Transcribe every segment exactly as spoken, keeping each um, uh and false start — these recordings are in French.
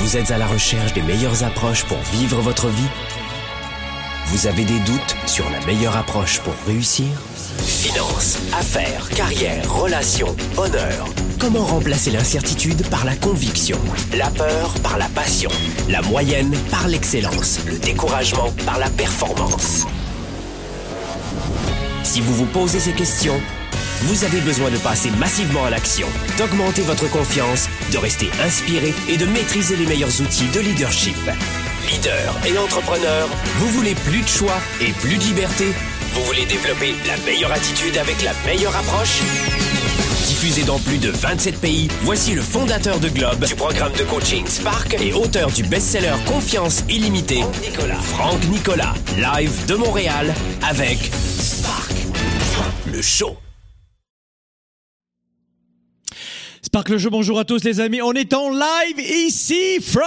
Vous êtes à la recherche des meilleures approches pour vivre votre vie? Vous avez des doutes sur la meilleure approche pour réussir? Finances, affaires, carrière, relations, honneur. Comment remplacer l'incertitude par la conviction? La peur par la passion? La moyenne par l'excellence? Le découragement par la performance? Si vous vous posez ces questions, vous avez besoin de passer massivement à l'action, d'augmenter votre confiance, de rester inspiré et de maîtriser les meilleurs outils de leadership. Leader et entrepreneur, vous voulez plus de choix et plus de liberté? Vous voulez développer la meilleure attitude avec la meilleure approche? Diffusé dans plus de vingt-sept pays, voici le fondateur de Globe, du programme de coaching Spark et auteur du best-seller Confiance illimitée, Franck Nicolas. Franck Nicolas, live de Montréal avec Spark, le show. Spark le jeu, bonjour à tous les amis, on est en live ici from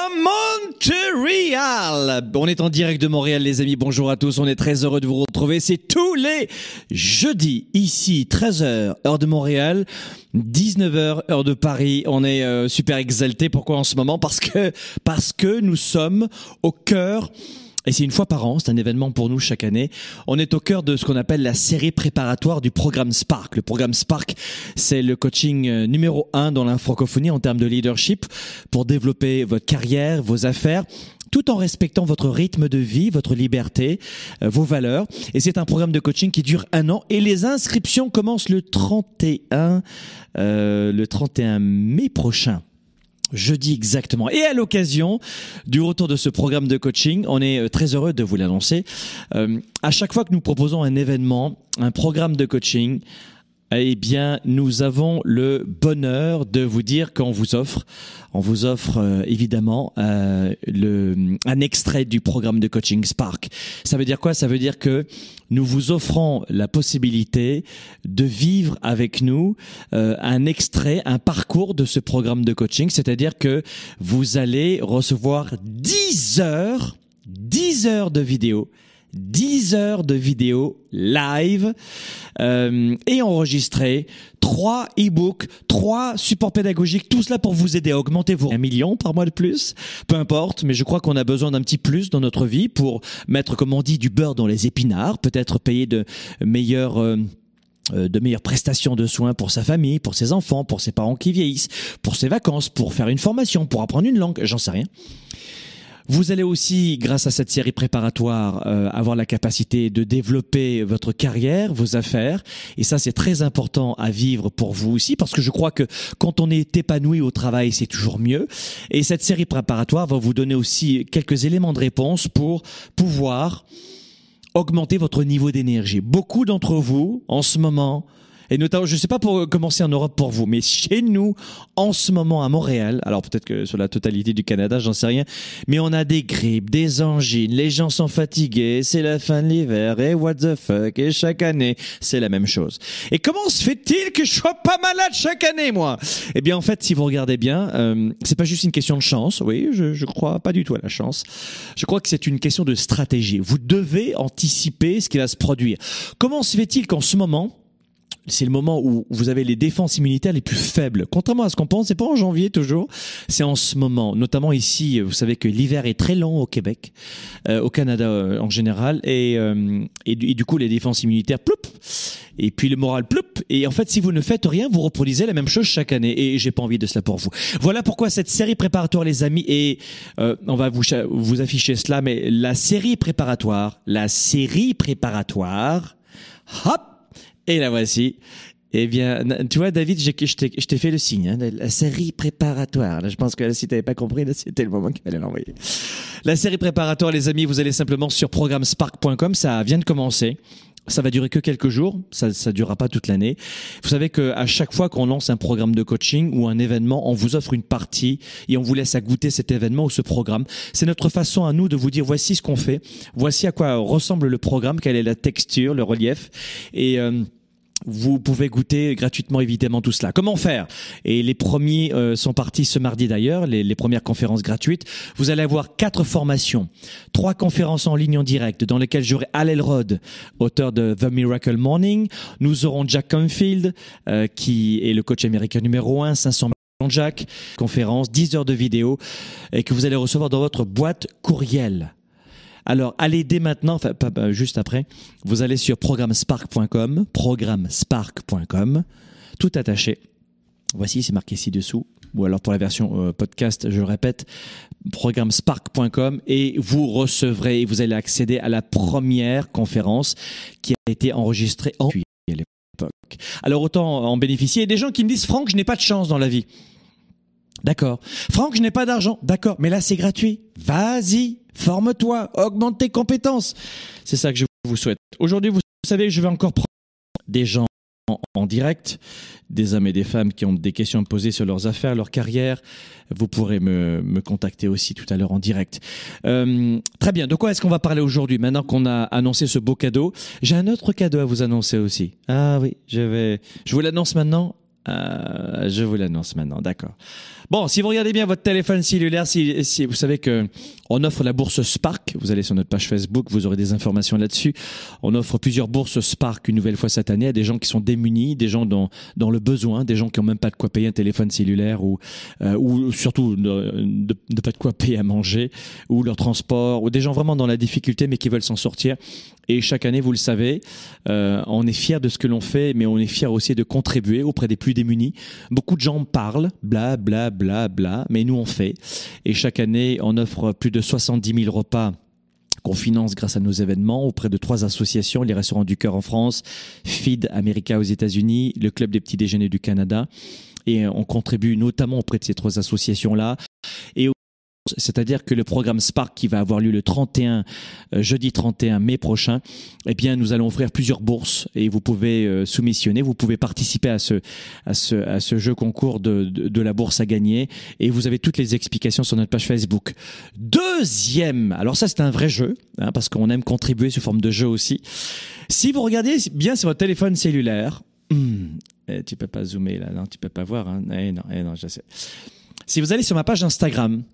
Montréal. On est en direct de Montréal les amis, bonjour à tous, on est très heureux de vous retrouver. C'est tous les jeudis ici, treize heures heure de Montréal, dix-neuf heures heure de Paris. On est euh, super exaltés, pourquoi en ce moment? Parce que, parce que nous sommes au cœur. Et c'est une fois par an, c'est un événement pour nous chaque année. On est au cœur de ce qu'on appelle la série préparatoire du programme Spark. Le programme Spark, c'est le coaching numéro un dans la francophonie en termes de leadership pour développer votre carrière, vos affaires, tout en respectant votre rythme de vie, votre liberté, euh, vos valeurs. Et c'est un programme de coaching qui dure un an et les inscriptions commencent le trente et un, euh, le trente et un mai prochain. Jeudi exactement. Et à l'occasion du retour de ce programme de coaching, on est très heureux de vous l'annoncer. Euh, à chaque fois que nous proposons un événement, un programme de coaching, eh bien, nous avons le bonheur de vous dire qu'on vous offre, on vous offre euh, évidemment euh, le, un extrait du programme de coaching Spark. Ça veut dire quoi? Ça veut dire que nous vous offrons la possibilité de vivre avec nous euh, un extrait, un parcours de ce programme de coaching. C'est-à-dire que vous allez recevoir dix heures, dix heures de vidéo. dix heures de vidéos live euh, et enregistrées, trois e-books, trois supports pédagogiques, tout cela pour vous aider à augmenter vos un million par mois de plus, peu importe, mais je crois qu'on a besoin d'un petit plus dans notre vie pour mettre, comme on dit, du beurre dans les épinards, peut-être payer de meilleures... Euh, de meilleures prestations de soins pour sa famille, pour ses enfants, pour ses parents qui vieillissent, pour ses vacances, pour faire une formation, pour apprendre une langue, j'en sais rien. Vous allez aussi, grâce à cette série préparatoire, euh, avoir la capacité de développer votre carrière, vos affaires. Et ça, c'est très important à vivre pour vous aussi, parce que je crois que quand on est épanoui au travail, c'est toujours mieux. Et cette série préparatoire va vous donner aussi quelques éléments de réponse pour pouvoir augmenter votre niveau d'énergie. Beaucoup d'entre vous, en ce moment, et notamment, je ne sais pas pour commencer en Europe pour vous, mais chez nous, en ce moment à Montréal, alors peut-être que sur la totalité du Canada, j'en sais rien, mais on a des grippes, des angines, les gens sont fatigués, c'est la fin de l'hiver, et what the fuck, et chaque année, c'est la même chose. Et comment se fait-il que je sois pas malade chaque année, moi? Eh bien, en fait, si vous regardez bien, euh, c'est pas juste une question de chance, oui, je, je crois pas du tout à la chance. Je crois que c'est une question de stratégie. Vous devez anticiper ce qui va se produire. Comment se fait-il qu'en ce moment, c'est le moment où vous avez les défenses immunitaires les plus faibles. Contrairement à ce qu'on pense, c'est pas en janvier toujours, c'est en ce moment. Notamment ici, vous savez que l'hiver est très long au Québec, euh, au Canada euh, en général, et, euh, et, et du coup les défenses immunitaires ploup, et puis le moral ploup. Et en fait, si vous ne faites rien, vous reproduisez la même chose chaque année. Et j'ai pas envie de cela pour vous. Voilà pourquoi cette série préparatoire, les amis, et euh, on va vous vous afficher cela, mais la série préparatoire, la série préparatoire, hop. Et la voici. Eh bien, tu vois, David, je, je, t'ai, je t'ai fait le signe, hein, la série préparatoire. Là, je pense que là, si tu n'avais pas compris, là, c'était le moment qu'il fallait l'envoyer. La série préparatoire, les amis, vous allez simplement sur programme spark point com. Ça vient de commencer. Ça va durer que quelques jours, ça ça durera pas toute l'année. Vous savez que à chaque fois qu'on lance un programme de coaching ou un événement, on vous offre une partie et on vous laisse à goûter cet événement ou ce programme. C'est notre façon à nous de vous dire voici ce qu'on fait, voici à quoi ressemble le programme, quelle est la texture, le relief et euh, vous pouvez goûter gratuitement évidemment tout cela. Comment faire? Et les premiers euh, sont partis ce mardi d'ailleurs, les, les premières conférences gratuites. Vous allez avoir quatre formations, trois conférences en ligne en direct dans lesquelles j'aurai Al Elrod, auteur de The Miracle Morning. Nous aurons Jack Canfield, euh, qui est le coach américain numéro un, cinq cents Jean-Jacques, conférence, dix heures de vidéo et que vous allez recevoir dans votre boîte courriel. Alors, allez dès maintenant, enfin, pas, pas, juste après, vous allez sur programme spark point com, programme spark point com, tout attaché. Voici, c'est marqué ci-dessous. Ou alors pour la version euh, podcast, je le répète, programme spark point com et vous recevrez et vous allez accéder à la première conférence qui a été enregistrée en à l'époque. Alors autant en bénéficier. Il y a des gens qui me disent « Franck, je n'ai pas de chance dans la vie ». D'accord. « Franck, je n'ai pas d'argent ». D'accord, mais là c'est gratuit. Vas-y, forme-toi, augmente tes compétences. C'est ça que je vous souhaite. Aujourd'hui, vous savez, je vais encore prendre des gens En, en direct, des hommes et des femmes qui ont des questions à me poser sur leurs affaires, leur carrière. Vous pourrez me, me contacter aussi tout à l'heure en direct. Euh, très bien, de quoi est-ce qu'on va parler aujourd'hui maintenant qu'on a annoncé ce beau cadeau? J'ai un autre cadeau à vous annoncer aussi. Ah oui, je vais, je vous l'annonce maintenant. Euh, je vous l'annonce maintenant, d'accord. Bon, si vous regardez bien votre téléphone cellulaire, si, si vous savez que on offre la bourse Spark, vous allez sur notre page Facebook, vous aurez des informations là-dessus. On offre plusieurs bourses Spark une nouvelle fois cette année à des gens qui sont démunis, des gens dans, dans le besoin, des gens qui ont même pas de quoi payer un téléphone cellulaire ou, euh, ou surtout de, de, de pas de quoi payer à manger ou leur transport, ou des gens vraiment dans la difficulté mais qui veulent s'en sortir. Et chaque année, vous le savez, euh, on est fiers de ce que l'on fait, mais on est fiers aussi de contribuer auprès des plus démunis. Beaucoup de gens parlent, bla, bla, bla, bla, mais nous on fait. Et chaque année, on offre plus de soixante-dix mille repas qu'on finance grâce à nos événements auprès de trois associations, les Restaurants du Cœur en France, Feed America aux États-Unis, le Club des Petits Déjeuners du Canada. Et on contribue notamment auprès de ces trois associations-là. Et c'est-à-dire que le programme Spark qui va avoir lieu le trente et un, euh, jeudi trente et un mai prochain, eh bien, nous allons offrir plusieurs bourses et vous pouvez euh, soumissionner, vous pouvez participer à ce, à ce, à ce jeu concours de, de, de la bourse à gagner et vous avez toutes les explications sur notre page Facebook. Deuxième, alors ça c'est un vrai jeu, hein, parce qu'on aime contribuer sous forme de jeu aussi. Si vous regardez bien sur votre téléphone cellulaire, hum, eh, tu peux pas zoomer là, non, tu peux pas voir, hein, eh non, eh non, je sais. Si vous allez sur ma page Instagram,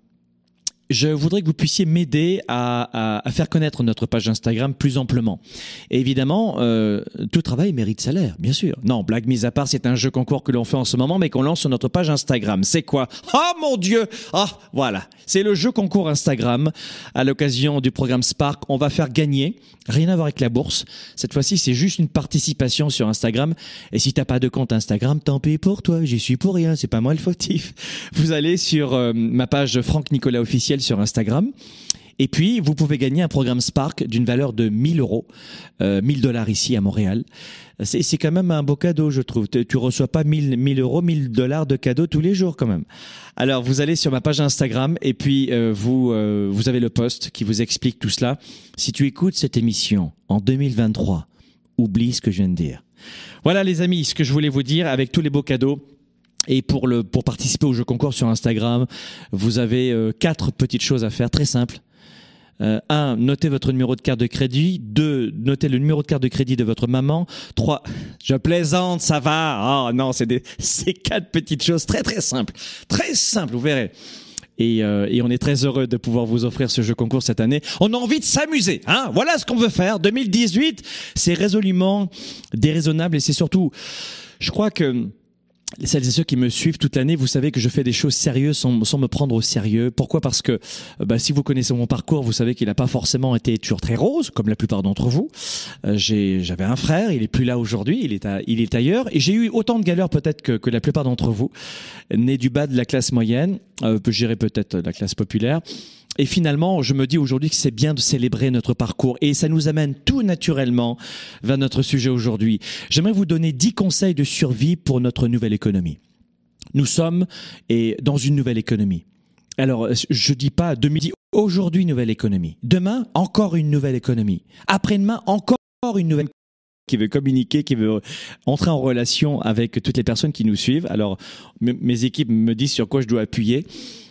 je voudrais que vous puissiez m'aider à, à, à faire connaître notre page Instagram plus amplement. Et évidemment, euh, tout travail mérite salaire, bien sûr. Non, blague mise à part, c'est un jeu concours que l'on fait en ce moment, mais qu'on lance sur notre page Instagram. C'est quoi? Oh mon Dieu! Ah, voilà. C'est le jeu concours Instagram. À l'occasion du programme Spark, on va faire gagner, rien à voir avec la bourse. Cette fois-ci, c'est juste une participation sur Instagram. Et si t'as pas de compte Instagram, tant pis pour toi. J'y suis pour rien. C'est pas moi le fautif. Vous allez sur euh, ma page Franck Nicolas officiel sur Instagram. Et puis, vous pouvez gagner un programme Spark d'une valeur de mille euros, euh, mille dollars ici à Montréal. C'est, c'est quand même un beau cadeau, je trouve. Tu, tu reçois pas mille, mille euros, mille dollars de cadeaux tous les jours quand même. Alors, vous allez sur ma page Instagram et puis euh, vous, euh, vous avez le post qui vous explique tout cela. Si tu écoutes cette émission en deux mille vingt-trois, oublie ce que je viens de dire. Voilà les amis, ce que je voulais vous dire avec tous les beaux cadeaux. Et pour le pour participer au jeu concours sur Instagram, vous avez euh, quatre petites choses à faire, très simples. Euh, un, notez votre numéro de carte de crédit. Deux, notez le numéro de carte de crédit de votre maman. Trois, je plaisante, ça va. Oh non, c'est des c'est quatre petites choses très très simples, très simples, vous verrez. Et, euh, et on est très heureux de pouvoir vous offrir ce jeu concours cette année. On a envie de s'amuser, hein. Voilà ce qu'on veut faire. deux mille dix-huit, c'est résolument déraisonnable et c'est surtout, je crois que celles et ceux qui me suivent toute l'année, vous savez que je fais des choses sérieuses sans, sans me prendre au sérieux. Pourquoi? Parce que bah, si vous connaissez mon parcours, vous savez qu'il n'a pas forcément été toujours très rose, comme la plupart d'entre vous. Euh, j'ai, j'avais un frère, il est plus là aujourd'hui, il est, à, il est ailleurs. Et j'ai eu autant de galères peut-être que, que la plupart d'entre vous, né du bas de la classe moyenne, euh, je dirais peut-être la classe populaire. Et finalement, je me dis aujourd'hui que c'est bien de célébrer notre parcours et ça nous amène tout naturellement vers notre sujet aujourd'hui. J'aimerais vous donner dix conseils de survie pour notre nouvelle économie. Nous sommes et dans une nouvelle économie. Alors, je dis pas deux mille dix, aujourd'hui nouvelle économie. Demain, encore une nouvelle économie. Après-demain, encore une nouvelle économie qui veut communiquer, qui veut entrer en relation avec toutes les personnes qui nous suivent. Alors, m- mes équipes me disent sur quoi je dois appuyer.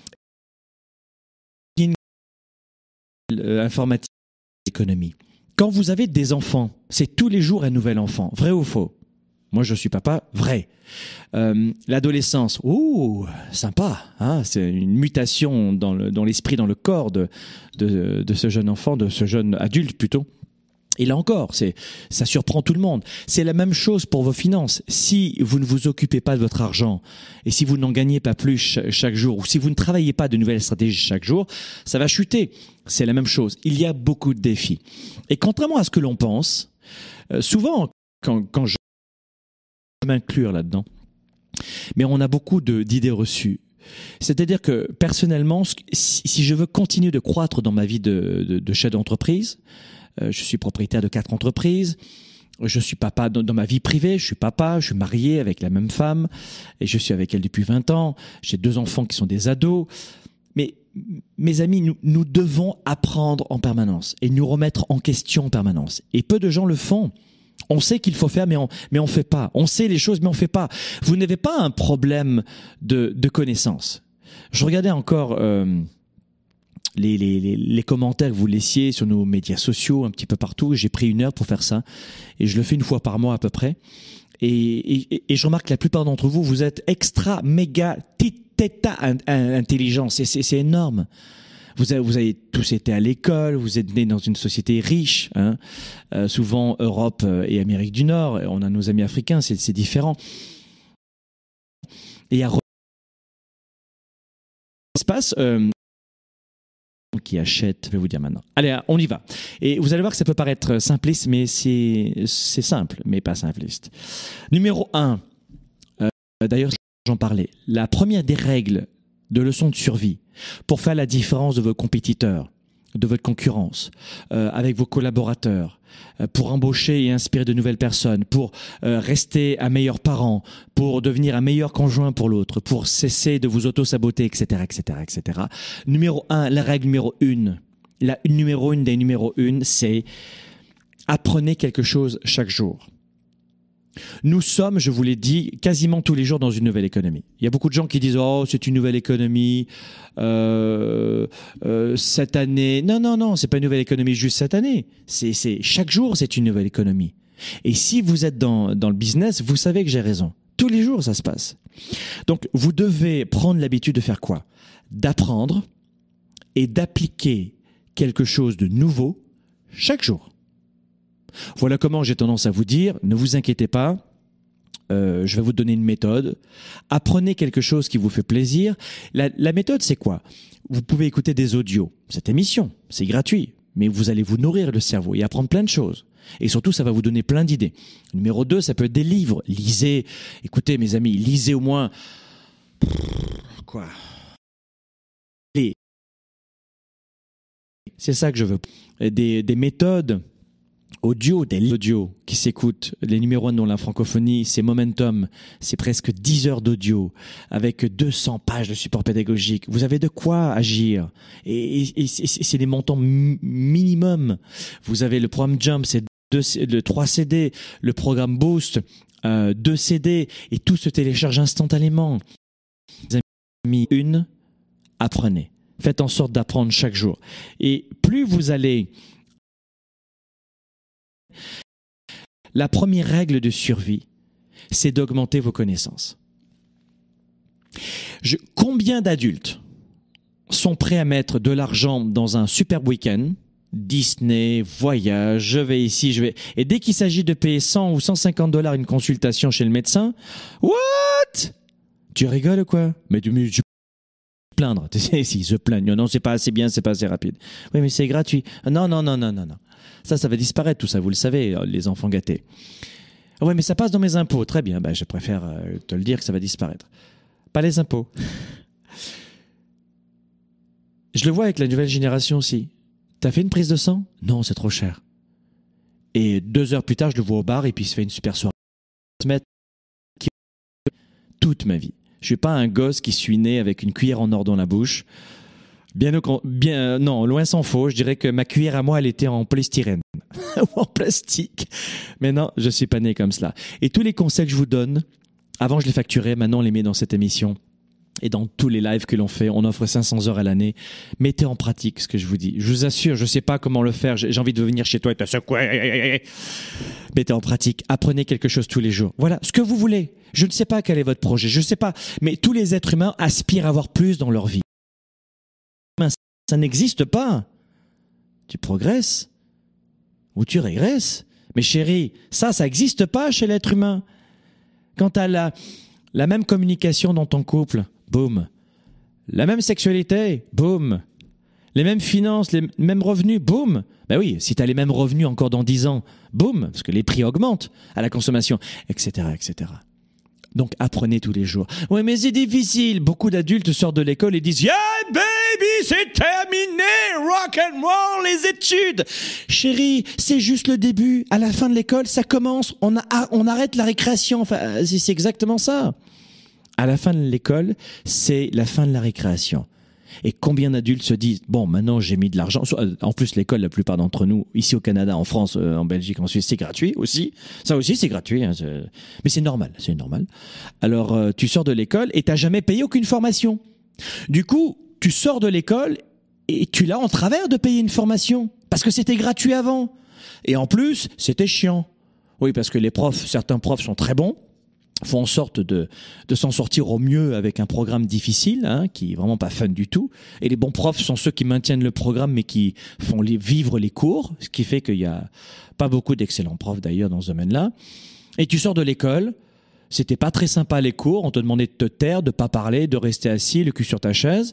Informatique, économie. Quand vous avez des enfants, c'est tous les jours un nouvel enfant. Vrai ou faux? Moi, je suis papa. Vrai. Euh, l'adolescence. Ouh, sympa. Hein, c'est une mutation dans, le, dans l'esprit, dans le corps de, de, de ce jeune enfant, de ce jeune adulte plutôt. Et là encore, c'est, ça surprend tout le monde. C'est la même chose pour vos finances. Si vous ne vous occupez pas de votre argent et si vous n'en gagnez pas plus chaque jour ou si vous ne travaillez pas de nouvelles stratégies chaque jour, ça va chuter. C'est la même chose. Il y a beaucoup de défis. Et contrairement à ce que l'on pense, euh, souvent, quand, quand je m'inclure là-dedans, mais on a beaucoup de, d'idées reçues. C'est-à-dire que personnellement, si, si je veux continuer de croître dans ma vie de, de, de chef d'entreprise, euh, je suis propriétaire de quatre entreprises, je suis papa dans, dans ma vie privée, je suis papa, je suis marié avec la même femme et je suis avec elle depuis vingt ans, j'ai deux enfants qui sont des ados. Mais mes amis, nous, nous devons apprendre en permanence et nous remettre en question en permanence. Et peu de gens le font. On sait qu'il faut faire, mais on mais on fait pas. On sait les choses, mais on fait pas. Vous n'avez pas un problème de de connaissance. Je regardais encore euh, les, les les les commentaires que vous laissiez sur nos médias sociaux, un petit peu partout. J'ai pris une heure pour faire ça, et je le fais une fois par mois à peu près. Et et, et je remarque que la plupart d'entre vous, vous êtes extra, méga, tita intelligents. C'est c'est c'est énorme. Vous avez, vous avez tous été à l'école, vous êtes nés dans une société riche, hein, euh, souvent Europe et Amérique du Nord. On a nos amis africains, c'est, c'est différent. Et il y a espace euh, qui achète, je vais vous dire maintenant. Allez, on y va. Et vous allez voir que ça peut paraître simpliste, mais c'est c'est simple, mais pas simpliste. Numéro un. Euh, d'ailleurs, j'en parlais. La première des règles de leçons de survie pour faire la différence de vos compétiteurs, de votre concurrence, euh, avec vos collaborateurs, euh, pour embaucher et inspirer de nouvelles personnes, pour euh, rester un meilleur parent, pour devenir un meilleur conjoint pour l'autre, pour cesser de vous auto-saboter, et cetera, et cetera, et cetera. Numéro un, la règle numéro une, la une numéro une des numéros une, c'est apprenez quelque chose chaque jour. Nous sommes, je vous l'ai dit, quasiment tous les jours dans une nouvelle économie. Il y a beaucoup de gens qui disent « Oh, c'est une nouvelle économie euh, euh, cette année. » Non, non, non, c'est pas une nouvelle économie juste cette année. C'est, c'est, chaque jour, c'est une nouvelle économie. Et si vous êtes dans, dans le business, vous savez que j'ai raison. Tous les jours, ça se passe. Donc, vous devez prendre l'habitude de faire quoi ? D'apprendre et d'appliquer quelque chose de nouveau chaque jour. Voilà comment j'ai tendance à vous dire, ne vous inquiétez pas, euh, je vais vous donner une méthode. Apprenez quelque chose qui vous fait plaisir. La, la méthode, c'est quoi ? Vous pouvez écouter des audios. Cette émission, c'est gratuit, mais vous allez vous nourrir le cerveau et apprendre plein de choses. Et surtout, ça va vous donner plein d'idées. Numéro deux, ça peut être des livres. Lisez, écoutez mes amis, lisez au moins... Quoi ? Les... C'est ça que je veux. Des, des méthodes... audio, des audios qui s'écoutent. Les numéros un dans la francophonie, c'est Momentum. C'est presque dix heures d'audio avec deux cents pages de support pédagogique. Vous avez de quoi agir. Et, et, et c'est des montants m- minimum. Vous avez le programme Jump, c'est deux, le trois C D, le programme Boost, euh, deux C D, et tout se télécharge instantanément. Les amis, une, apprenez. Faites en sorte d'apprendre chaque jour. Et plus vous allez... La première règle de survie, c'est d'augmenter vos connaissances. Je, combien d'adultes sont prêts à mettre de l'argent dans un superbe week-end, Disney, voyage, je vais ici, je vais... Et dès qu'il s'agit de payer cent ou cent cinquante dollars une consultation chez le médecin, what? Tu rigoles quoi? Mais tu me plaindre. Si, se plaignent. Non, c'est pas assez bien, c'est pas assez rapide. Oui, mais c'est gratuit. Non, non, non, non, non, non. Ça, ça va disparaître, tout ça, vous le savez, les enfants gâtés. Oui, mais ça passe dans mes impôts. Très bien, ben, je préfère te le dire que ça va disparaître. Pas les impôts. Je le vois avec la nouvelle génération aussi. T'as fait une prise de sang ? Non, c'est trop cher. Et deux heures plus tard, je le vois au bar et puis il se fait une super soirée. Toute ma vie. Je suis pas un gosse qui suis né avec une cuillère en or dans la bouche. Bien, au, bien, non, loin s'en faut. Je dirais que ma cuillère à moi, elle était en polystyrène ou en plastique. Mais non, je suis pas né comme cela. Et tous les conseils que je vous donne, avant je les facturais, maintenant on les met dans cette émission et dans tous les lives que l'on fait. On offre cinq cents heures à l'année. Mettez en pratique ce que je vous dis. Je vous assure, je sais pas comment le faire. J'ai envie de venir chez toi et te secouer. Mettez en pratique. Apprenez quelque chose tous les jours. Voilà, ce que vous voulez. Je ne sais pas quel est votre projet. Je ne sais pas. Mais tous les êtres humains aspirent à avoir plus dans leur vie. Ça n'existe pas. Tu progresses ou tu régresses. Mais chérie, ça, ça n'existe pas chez l'être humain. Quand tu as la, la même communication dans ton couple, boum. La même sexualité, boum. Les mêmes finances, les mêmes revenus, boum. Ben oui, si tu as les mêmes revenus encore dans dix ans, boum, parce que les prix augmentent à la consommation, et cetera, et cetera. Donc apprenez tous les jours. Ouais, mais c'est difficile. Beaucoup d'adultes sortent de l'école et disent « Yeah, baby, c'est terminé, rock and roll, les études !» Chérie, c'est juste le début. À la fin de l'école, ça commence. On, a, on arrête la récréation. Enfin, c'est exactement ça. À la fin de l'école, c'est la fin de la récréation. Et combien d'adultes se disent « Bon, maintenant j'ai mis de l'argent. » En plus, l'école, la plupart d'entre nous, ici au Canada, en France, en Belgique, en Suisse, c'est gratuit aussi. Ça aussi, c'est gratuit. Hein, c'est... Mais c'est normal, c'est normal. Alors, euh, tu sors de l'école et t'as jamais payé aucune formation. Du coup, tu sors de l'école et tu l'as en travers de payer une formation. Parce que c'était gratuit avant. Et en plus, c'était chiant. Oui, parce que les profs, certains profs sont très bons. Font en sorte de, de s'en sortir au mieux avec un programme difficile, hein, qui est vraiment pas fun du tout. Et les bons profs sont ceux qui maintiennent le programme, mais qui font les, vivre les cours, ce qui fait qu'il y a pas beaucoup d'excellents profs d'ailleurs dans ce domaine-là. Et tu sors de l'école, c'était pas très sympa les cours, on te demandait de te taire, de pas parler, de rester assis, le cul sur ta chaise.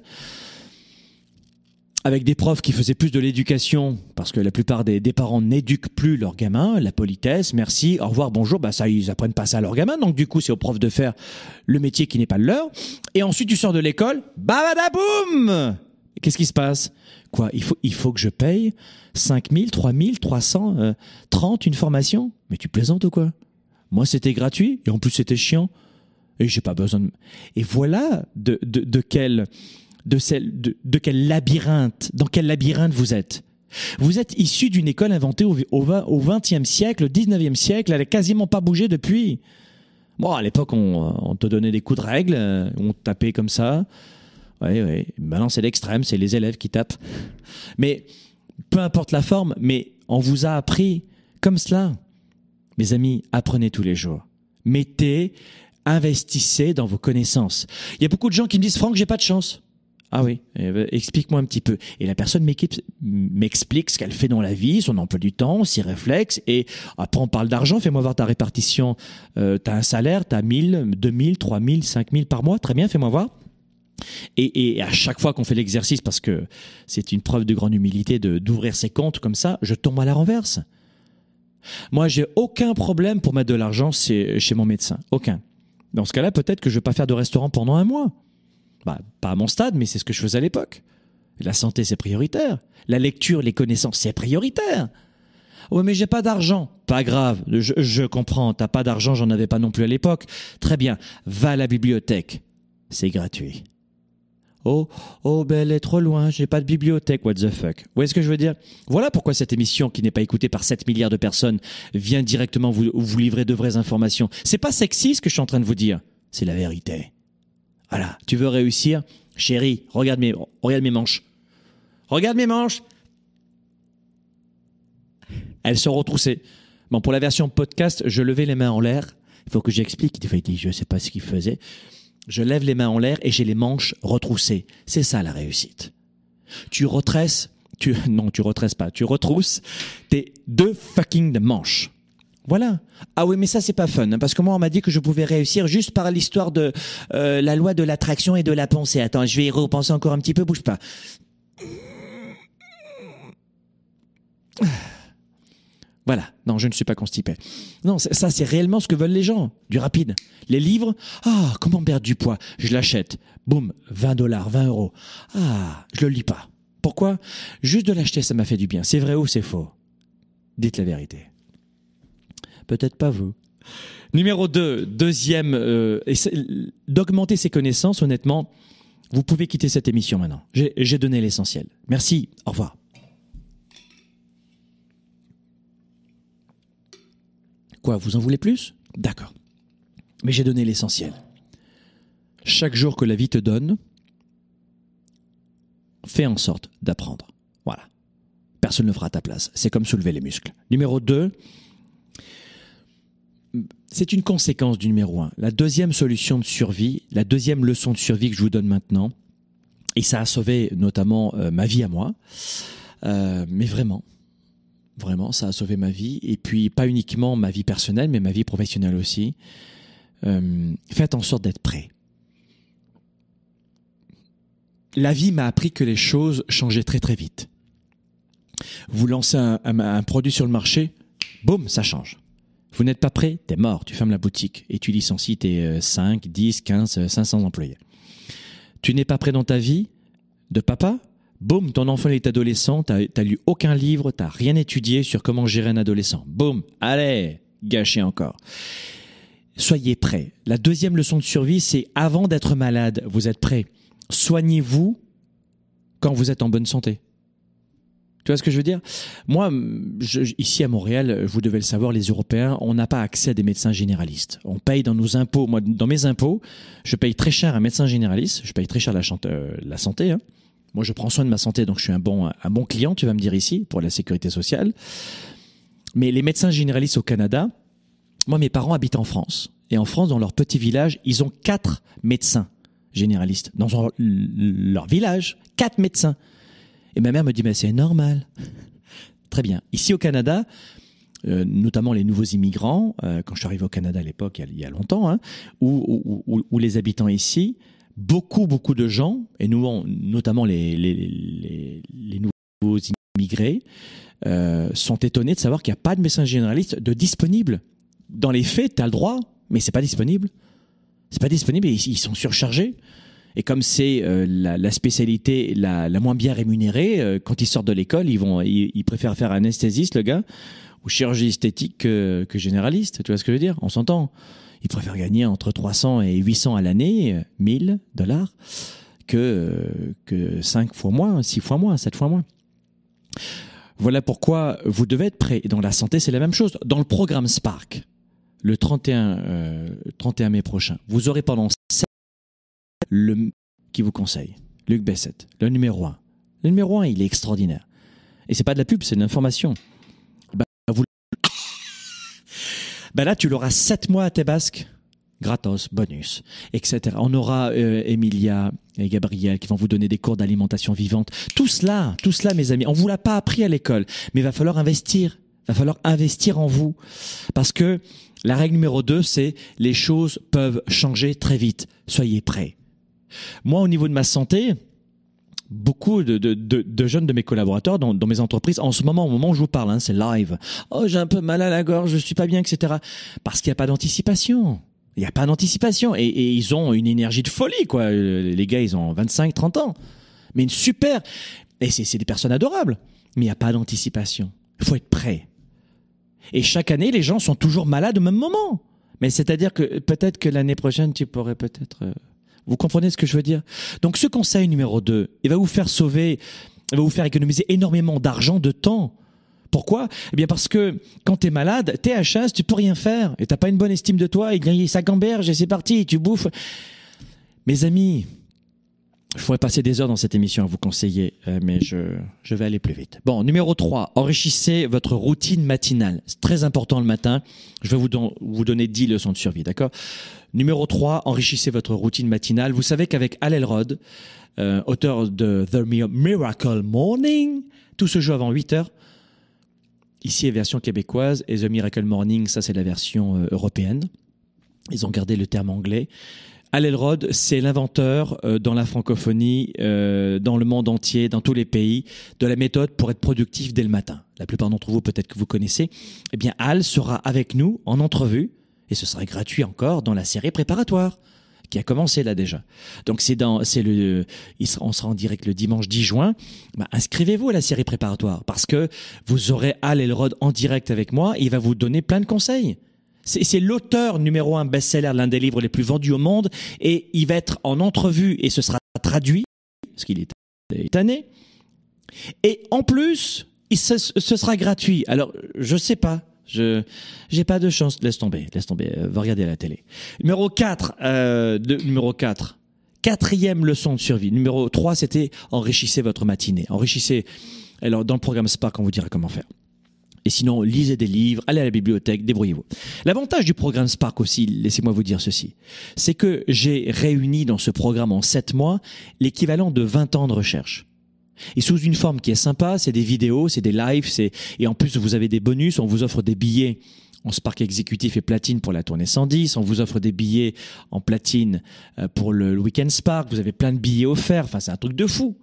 Avec des profs qui faisaient plus de l'éducation, parce que la plupart des, des parents n'éduquent plus leurs gamins, la politesse, merci, au revoir, bonjour, bah ça, ils apprennent pas ça à leurs gamins, donc du coup, c'est aux profs de faire le métier qui n'est pas le leur. Et ensuite, tu sors de l'école, babadaboum! Qu'est-ce qui se passe? Quoi, il faut, il faut que je paye cinq mille, trois mille, trois cent trente une formation? Mais tu plaisantes ou quoi? Moi, c'était gratuit, et en plus, c'était chiant. Et j'ai pas besoin de... Et voilà de, de, de quel... De, celle, de, de quel labyrinthe, dans quel labyrinthe vous êtes. Vous êtes issu d'une école inventée au, au, au vingtième siècle, au dix-neuvième siècle, elle n'a quasiment pas bougé depuis. Bon, à l'époque, on, on te donnait des coups de règle, on te tapait comme ça. Oui, oui. Maintenant, c'est l'extrême, c'est les élèves qui tapent. Mais, peu importe la forme, mais on vous a appris comme cela. Mes amis, apprenez tous les jours. Mettez, investissez dans vos connaissances. Il y a beaucoup de gens qui me disent « Franck, j'ai pas de chance ». Ah oui, explique-moi un petit peu. Et la personne m'explique ce qu'elle fait dans la vie, son emploi du temps, ses réflexes. Et après, on parle d'argent. Fais-moi voir ta répartition. Euh, t'as un salaire, t'as mille, deux mille, trois mille, cinq mille par mois. Très bien, fais-moi voir. Et, et à chaque fois qu'on fait l'exercice, parce que c'est une preuve de grande humilité de, d'ouvrir ses comptes comme ça, je tombe à la renverse. Moi, j'ai aucun problème pour mettre de l'argent chez mon médecin. Aucun. Dans ce cas-là, peut-être que je ne vais pas faire de restaurant pendant un mois. Bah, pas à mon stade, mais c'est ce que je faisais à l'époque. La santé, c'est prioritaire. La lecture, les connaissances, c'est prioritaire. Ouais, mais j'ai pas d'argent. Pas grave, je, je comprends. T'as pas d'argent, j'en avais pas non plus à l'époque. Très bien, va à la bibliothèque. C'est gratuit. Oh, oh, ben elle est trop loin, j'ai pas de bibliothèque, what the fuck. Vous voyez ce que je veux dire? Voilà pourquoi cette émission, qui n'est pas écoutée par sept milliards de personnes, vient directement vous, vous livrer de vraies informations. C'est pas sexy ce que je suis en train de vous dire. C'est la vérité. Voilà, tu veux réussir? Chérie, regarde mes, regarde mes manches. Regarde mes manches. Elles sont retroussées. Bon, pour la version podcast, je levais les mains en l'air. Il faut que j'explique. Des fois, il dit, je ne sais pas ce qu'il faisait. Je lève les mains en l'air et j'ai les manches retroussées. C'est ça la réussite. Tu retresses, tu, non, tu retresses pas, tu retrousses tes deux fucking manches. Voilà. Ah oui, mais ça, c'est pas fun, hein, parce que moi, on m'a dit que je pouvais réussir juste par l'histoire de euh, la loi de l'attraction et de la pensée. Attends, je vais y repenser encore un petit peu, bouge pas. Voilà. Non, je ne suis pas constipé. Non, ça, c'est réellement ce que veulent les gens. Du rapide. Les livres, ah, comment perdre du poids? Je l'achète. Boum, vingt dollars, vingt euros. Ah, je le lis pas. Pourquoi? Juste de l'acheter, ça m'a fait du bien. C'est vrai ou c'est faux? Dites la vérité. Peut-être pas vous. Numéro deux, deuxième, euh, d'augmenter ses connaissances, honnêtement, vous pouvez quitter cette émission maintenant. J'ai, j'ai donné l'essentiel. Merci, au revoir. Quoi, vous en voulez plus? D'accord. Mais j'ai donné l'essentiel. Chaque jour que la vie te donne, fais en sorte d'apprendre. Voilà. Personne ne le fera à ta place. C'est comme soulever les muscles. Numéro deux, c'est une conséquence du numéro un. La deuxième solution de survie, la deuxième leçon de survie que je vous donne maintenant, et ça a sauvé notamment euh, ma vie à moi, euh, mais vraiment, Vraiment, ça a sauvé ma vie. Et puis, pas uniquement ma vie personnelle, mais ma vie professionnelle aussi. Euh, faites en sorte d'être prêt. La vie m'a appris que les choses changeaient très très vite. Vous lancez un, un, un produit sur le marché, boum, ça change. Vous n'êtes pas prêt, t'es mort, tu fermes la boutique et tu licencies tes cinq, dix, quinze, cinq cents employés. Tu n'es pas prêt dans ta vie de papa, boum, ton enfant est adolescent, t'as, t'as lu aucun livre, t'as rien étudié sur comment gérer un adolescent. Boum, allez, gâché encore. Soyez prêts. La deuxième leçon de survie, c'est avant d'être malade, vous êtes prêts. Soignez-vous quand vous êtes en bonne santé. Tu vois ce que je veux dire? Moi, je, ici à Montréal, vous devez le savoir, les Européens, on n'a pas accès à des médecins généralistes. On paye dans nos impôts. Moi, dans mes impôts, je paye très cher un médecin généraliste. Je paye très cher la, euh, la santé. Hein. Moi, je prends soin de ma santé, donc je suis un bon, un bon client, tu vas me dire ici, pour la sécurité sociale. Mais les médecins généralistes au Canada, moi, mes parents habitent en France. Et en France, dans leur petit village, ils ont quatre médecins généralistes. Dans leur, leur village, quatre médecins. Et ma mère me dit, mais c'est normal. Très bien. Ici au Canada, euh, notamment les nouveaux immigrants, euh, quand je suis arrivé au Canada à l'époque, il y a, il y a longtemps, hein, où, où, où les habitants ici, beaucoup, beaucoup de gens, et nous, on, notamment les, les, les, les nouveaux immigrés, euh, sont étonnés de savoir qu'il n'y a pas de médecin généraliste de disponible. Dans les faits, tu as le droit, mais c'est pas disponible. C'est pas disponible et ils, ils sont surchargés. Et comme c'est euh, la, la spécialité la, la moins bien rémunérée, euh, quand ils sortent de l'école, ils vont, ils, ils préfèrent faire anesthésiste, le gars, ou chirurgie esthétique que, que généraliste. Tu vois ce que je veux dire? On s'entend. Ils préfèrent gagner entre trois cents et huit cents à l'année, mille dollars, que, que cinq fois moins, six fois moins, sept fois moins. Voilà pourquoi vous devez être prêt. Et dans la santé, c'est la même chose. Dans le programme Spark, le trente et un, euh, trente et un mai prochain, vous aurez pendant sept le qui vous conseille, Luc Bessette, le numéro un. Le numéro un, il est extraordinaire. Et c'est pas de la pub, c'est de l'information. Ben, vous... ben là, tu l'auras sept mois à tes basques, gratos, bonus, et cetera. On aura euh, Emilia et Gabriel qui vont vous donner des cours d'alimentation vivante. Tout cela, tout cela, mes amis, on vous l'a pas appris à l'école, mais il va falloir investir. Il va falloir investir en vous. Parce que la règle numéro deux, c'est les choses peuvent changer très vite. Soyez prêts. Moi, au niveau de ma santé, beaucoup de, de, de, de jeunes de mes collaborateurs dans, dans mes entreprises, en ce moment, au moment où je vous parle, hein, c'est live. Oh, j'ai un peu mal à la gorge, je suis pas bien, et cetera. Parce qu'il n'y a pas d'anticipation. Il n'y a pas d'anticipation. Et, et ils ont une énergie de folie, quoi. Les gars, ils ont vingt-cinq, trente ans. Mais une super... Et c'est, c'est des personnes adorables. Mais il n'y a pas d'anticipation. Il faut être prêt. Et chaque année, les gens sont toujours malades au même moment. Mais c'est-à-dire que peut-être que l'année prochaine, tu pourrais peut-être... Euh... Vous comprenez ce que je veux dire? Donc ce conseil numéro deux, il va vous faire sauver, il va vous faire économiser énormément d'argent, de temps. Pourquoi? Eh bien parce que quand t'es malade, t'es à chasse, tu peux rien faire. Et t'as pas une bonne estime de toi, et ça gamberge et c'est parti, tu bouffes. Mes amis, je pourrais passer des heures dans cette émission à vous conseiller, mais je, je vais aller plus vite. Bon, numéro trois, enrichissez votre routine matinale. C'est très important le matin. Je vais vous, don- vous donner dix leçons de survie, d'accord? Numéro trois, enrichissez votre routine matinale. Vous savez qu'avec Al Elrod, euh, auteur de The Miracle Morning, tout se joue avant huit heures. Ici, est version québécoise, et The Miracle Morning, ça c'est la version euh, européenne. Ils ont gardé le terme anglais. Al Elrod, c'est l'inventeur euh, dans la francophonie, euh, dans le monde entier, dans tous les pays, de la méthode pour être productif dès le matin. La plupart d'entre vous, peut-être que vous connaissez. Eh bien, Al sera avec nous en entrevue, et ce sera gratuit encore dans la série préparatoire, qui a commencé là déjà. Donc c'est dans, c'est le, il sera, on sera en direct le dimanche dix juin. Bah, inscrivez-vous à la série préparatoire, parce que vous aurez Al Elrod en direct avec moi, et il va vous donner plein de conseils. C'est, c'est l'auteur numéro un best-seller, l'un des livres les plus vendus au monde, et il va être en entrevue et ce sera traduit, parce qu'il est étonné. Et en plus, il, ce, ce sera gratuit. Alors, je sais pas, je j'ai pas de chance. Laisse tomber, laisse tomber. Euh, va regarder à la télé. Numéro quatre, euh, de, numéro quatre. Quatrième leçon de survie. Numéro trois, c'était enrichissez votre matinée. Enrichissez. Alors, dans le programme Spark, on vous dira comment faire. Et sinon, lisez des livres, allez à la bibliothèque, débrouillez-vous. L'avantage du programme Spark aussi, laissez-moi vous dire ceci, c'est que j'ai réuni dans ce programme en sept mois l'équivalent de vingt ans de recherche. Et sous une forme qui est sympa, c'est des vidéos, c'est des lives, c'est et en plus vous avez des bonus, on vous offre des billets en Spark exécutif et platine pour la tournée cent dix, on vous offre des billets en platine pour le, le week-end Spark, vous avez plein de billets offerts, enfin c'est un truc de fou.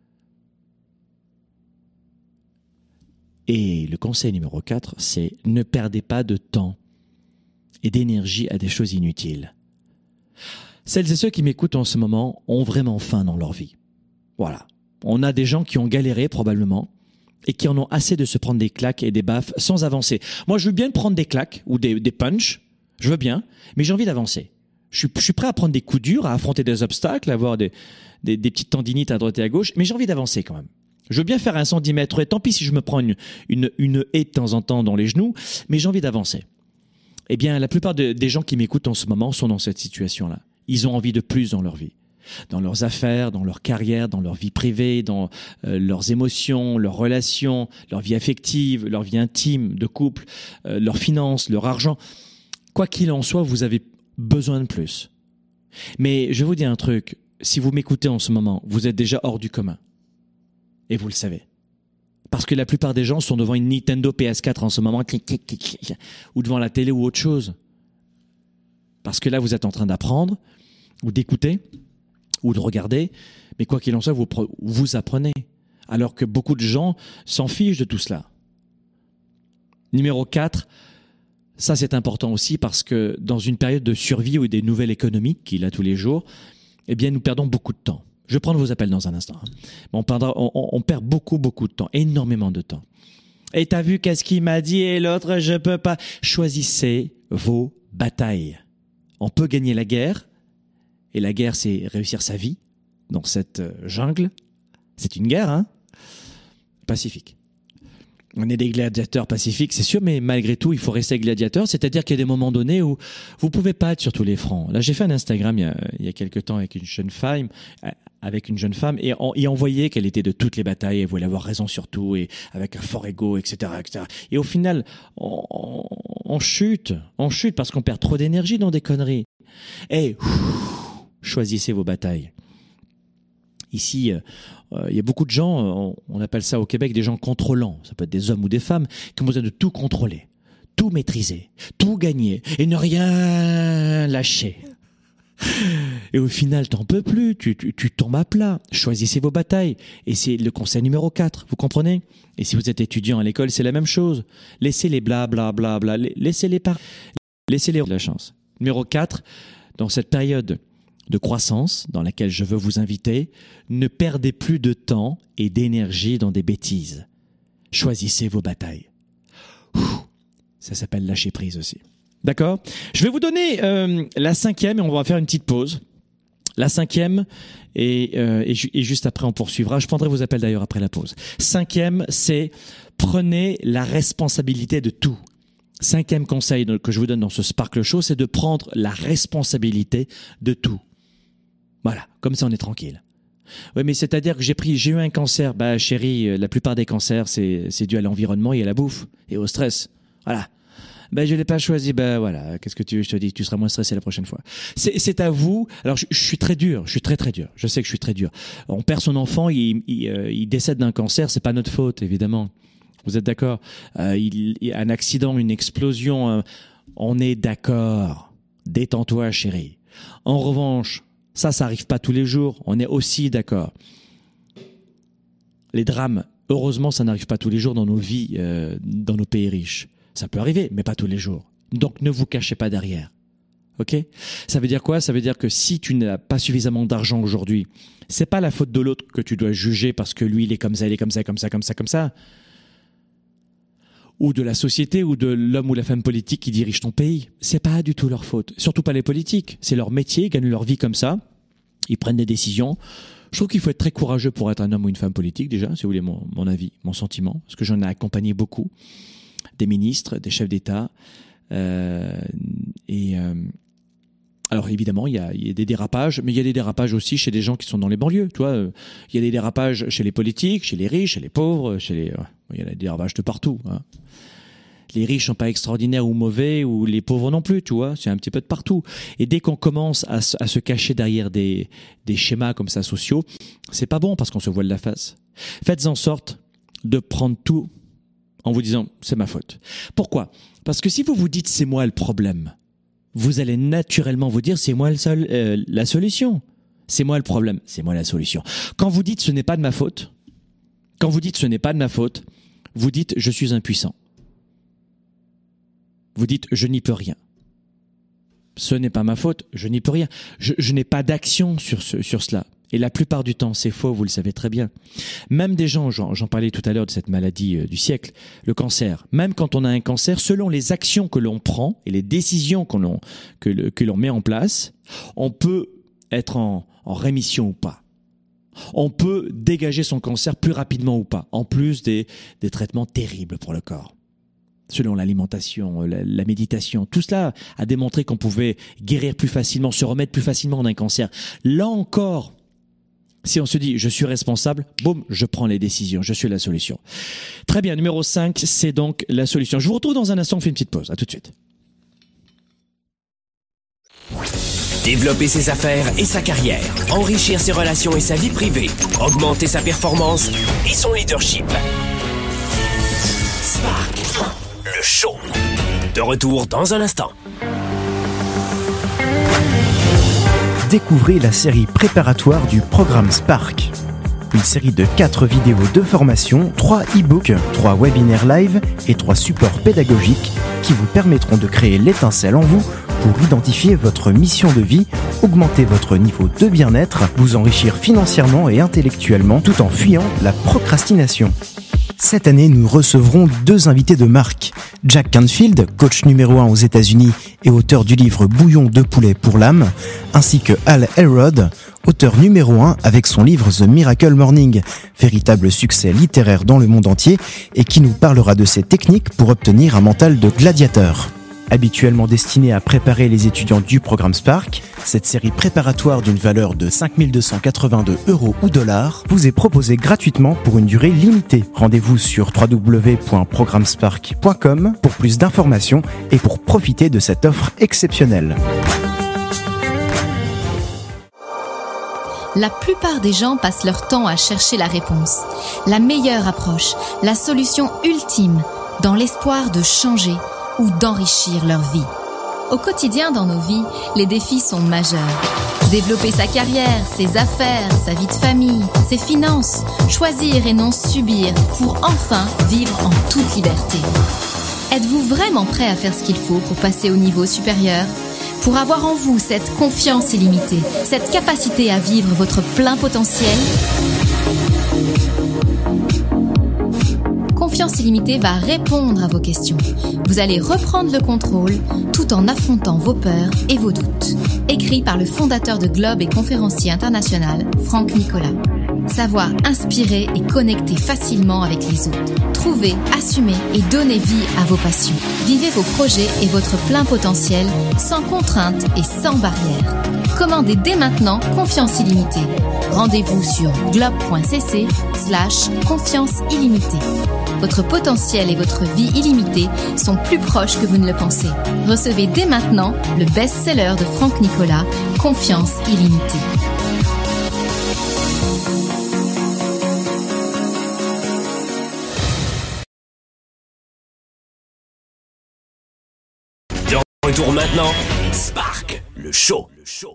Et le conseil numéro quatre, c'est ne perdez pas de temps et d'énergie à des choses inutiles. Celles et ceux qui m'écoutent en ce moment ont vraiment faim dans leur vie. Voilà. On a des gens qui ont galéré probablement et qui en ont assez de se prendre des claques et des baffes sans avancer. Moi, je veux bien prendre des claques ou des, des punchs, je veux bien, mais j'ai envie d'avancer. Je suis, je suis prêt à prendre des coups durs, à affronter des obstacles, à avoir des, des, des petites tendinites à droite et à gauche, mais j'ai envie d'avancer quand même. Je veux bien faire un cent dix mètres et tant pis si je me prends une, une, une haie de temps en temps dans les genoux, mais j'ai envie d'avancer. Eh bien, la plupart de, des gens qui m'écoutent en ce moment sont dans cette situation-là. Ils ont envie de plus dans leur vie. Dans leurs affaires, dans leur carrière, dans leur vie privée, dans euh, leurs émotions, leurs relations, leur vie affective, leur vie intime, de couple, euh, leurs finances, leur argent. Quoi qu'il en soit, vous avez besoin de plus. Mais je vais vous dire un truc, si vous m'écoutez en ce moment, vous êtes déjà hors du commun. Et vous le savez. Parce que la plupart des gens sont devant une Nintendo P S quatre en ce moment, ou devant la télé ou autre chose. Parce que là, vous êtes en train d'apprendre, ou d'écouter, ou de regarder, mais quoi qu'il en soit, vous, vous apprenez. Alors que beaucoup de gens s'en fichent de tout cela. Numéro quatre, ça c'est important aussi parce que dans une période de survie ou des nouvelles économiques qu'il a tous les jours, eh bien nous perdons beaucoup de temps. Je vais prendre vos appels dans un instant. On, perdra, on, on perd beaucoup, beaucoup de temps, énormément de temps. Et t'as vu qu'est-ce qu'il m'a dit et l'autre, je peux pas. Choisissez vos batailles. On peut gagner la guerre, et la guerre, c'est réussir sa vie dans cette jungle. C'est une guerre, hein, pacifique. On est des gladiateurs pacifiques, c'est sûr, mais malgré tout, il faut rester gladiateur. C'est-à-dire qu'il y a des moments donnés où vous pouvez pas être sur tous les fronts. Là, j'ai fait un Instagram il y a, il y a quelques temps avec une jeune femme, avec une jeune femme, et on, et on voyait qu'elle était de toutes les batailles, elle voulait avoir raison sur tout, et avec un fort ego, et cetera, et cetera. Et au final, on, on, on chute, on chute parce qu'on perd trop d'énergie dans des conneries. Et choisissez vos batailles. Ici, euh, il y a beaucoup de gens, on, on appelle ça au Québec des gens contrôlants. Ça peut être des hommes ou des femmes qui ont besoin de tout contrôler, tout maîtriser, tout gagner et ne rien lâcher. Et au final, t'en peux plus, tu, tu, tu tombes à plat. Choisissez vos batailles. Et c'est le conseil numéro quatre, vous comprenez? Et si vous êtes étudiant à l'école, c'est la même chose. Laissez les bla bla bla bla, laissez-les par... laissez-les la chance. Numéro quatre, dans cette période de croissance dans laquelle je veux vous inviter, ne perdez plus de temps et d'énergie dans des bêtises. Choisissez vos batailles. Ça s'appelle lâcher prise aussi. D'accord? Je vais vous donner euh, la cinquième et on va faire une petite pause. La cinquième et, euh, et, ju- et juste après on poursuivra. Je prendrai vos appels d'ailleurs après la pause. Cinquième, c'est prenez la responsabilité de tout. Cinquième conseil que je vous donne dans ce Sparkle Show, c'est de prendre la responsabilité de tout. Voilà, comme ça on est tranquille. Oui, mais c'est-à-dire que j'ai pris, j'ai eu un cancer. Bah, chérie, la plupart des cancers, c'est, c'est dû à l'environnement et à la bouffe et au stress. Voilà. Ben, je l'ai pas choisi. Ben, voilà. Qu'est-ce que tu veux, je te dis, tu seras moins stressé la prochaine fois. C'est, c'est à vous. Alors, je, je suis très dur. Je suis très, très dur. Je sais que je suis très dur. On perd son enfant, il, il, euh, il décède d'un cancer. C'est pas notre faute, évidemment. Vous êtes d'accord? euh, il, il, un accident, une explosion. Euh, on est d'accord. Détends-toi, chérie. En revanche, ça, ça arrive pas tous les jours. On est aussi d'accord. Les drames, heureusement, ça n'arrive pas tous les jours dans nos vies, euh, dans nos pays riches. Ça peut arriver, mais pas tous les jours. Donc, ne vous cachez pas derrière. Ok? Ça veut dire quoi? Ça veut dire que si tu n'as pas suffisamment d'argent aujourd'hui, c'est pas la faute de l'autre que tu dois juger parce que lui, il est comme ça, il est comme ça, comme ça, comme ça, comme ça. Ou de la société ou de l'homme ou la femme politique qui dirige ton pays. C'est pas du tout leur faute. Surtout pas les politiques. C'est leur métier, ils gagnent leur vie comme ça. Ils prennent des décisions. Je trouve qu'il faut être très courageux pour être un homme ou une femme politique déjà, si vous voulez mon, mon avis, mon sentiment. Parce que j'en ai accompagné beaucoup. Des ministres, des chefs d'État. Euh, et euh, alors évidemment, il y, a, il y a des dérapages, mais il y a des dérapages aussi chez des gens qui sont dans les banlieues. Tu vois, il y a des dérapages chez les politiques, chez les riches, chez les pauvres, chez les, il y a des dérapages de partout. Hein. les riches sont pas extraordinaires ou mauvais, ou les pauvres non plus, tu vois. C'est un petit peu de partout. Et dès qu'on commence à, à se cacher derrière des, des schémas comme ça sociaux, c'est pas bon parce qu'on se voile la face. Faites en sorte de prendre tout en vous disant c'est ma faute. Pourquoi ? Parce que si vous vous dites c'est moi le problème, vous allez naturellement vous dire c'est moi le seul, euh, la solution. C'est moi le problème, c'est moi la solution. Quand vous dites ce n'est pas de ma faute, quand vous dites ce n'est pas de ma faute, vous dites je suis impuissant. Vous dites je n'y peux rien. Ce n'est pas ma faute, je n'y peux rien. Je, je n'ai pas d'action sur, ce, sur cela. Et la plupart du temps, c'est faux, vous le savez très bien. Même des gens, j'en, j'en parlais tout à l'heure de cette maladie euh, du siècle, le cancer. Même quand on a un cancer, selon les actions que l'on prend et les décisions que l'on, que, le, que l'on met en place, on peut être en, en rémission ou pas. On peut dégager son cancer plus rapidement ou pas, en plus des, des traitements terribles pour le corps. Selon l'alimentation, la, la méditation, tout cela a démontré qu'on pouvait guérir plus facilement, se remettre plus facilement d'un cancer. Là encore, si on se dit je suis responsable, boum, je prends les décisions, je suis la solution. Très bien, numéro cinq, c'est donc la solution. Je vous retrouve dans un instant, on fait une petite pause. À tout de suite. Développer ses affaires et sa carrière, enrichir ses relations et sa vie privée, augmenter sa performance et son leadership. Spark, le show. De retour dans un instant. Découvrez la série préparatoire du programme Spark. Une série de quatre vidéos de formation, trois e-books, trois webinaires live et trois supports pédagogiques qui vous permettront de créer l'étincelle en vous pour identifier votre mission de vie, augmenter votre niveau de bien-être, vous enrichir financièrement et intellectuellement tout en fuyant la procrastination. Cette année, nous recevrons deux invités de marque. Jack Canfield, coach numéro un aux États-Unis et auteur du livre Bouillon de poulet pour l'âme, ainsi que Hal Elrod, auteur numéro un avec son livre The Miracle Morning, véritable succès littéraire dans le monde entier et qui nous parlera de ses techniques pour obtenir un mental de gladiateur. Habituellement destinée à préparer les étudiants du programme Spark, cette série préparatoire d'une valeur de cinq mille deux cent quatre-vingt-deux euros ou dollars vous est proposée gratuitement pour une durée limitée. Rendez-vous sur w w w point programme spark point com pour plus d'informations et pour profiter de cette offre exceptionnelle. La plupart des gens passent leur temps à chercher la réponse, la meilleure approche, la solution ultime, dans l'espoir de changer ou d'enrichir leur vie. Au quotidien dans nos vies, les défis sont majeurs. Développer sa carrière, ses affaires, sa vie de famille, ses finances, choisir et non subir pour enfin vivre en toute liberté. Êtes-vous vraiment prêt à faire ce qu'il faut pour passer au niveau supérieur ? Pour avoir en vous cette confiance illimitée, cette capacité à vivre votre plein potentiel ? Confiance illimitée va répondre à vos questions. Vous allez reprendre le contrôle tout en affrontant vos peurs et vos doutes. Écrit par le fondateur de Globe et conférencier international, Franck Nicolas. Savoir inspirer et connecter facilement avec les autres. Trouvez, assumez et donnez vie à vos passions. Vivez vos projets et votre plein potentiel sans contraintes et sans barrières. Commandez dès maintenant Confiance illimitée. Rendez-vous sur globe.cc slash confiance illimitée. Votre potentiel et votre vie illimitée sont plus proches que vous ne le pensez. Recevez dès maintenant le best-seller de Franck Nicolas, Confiance illimitée. De retour maintenant, Spark, le show. Le show.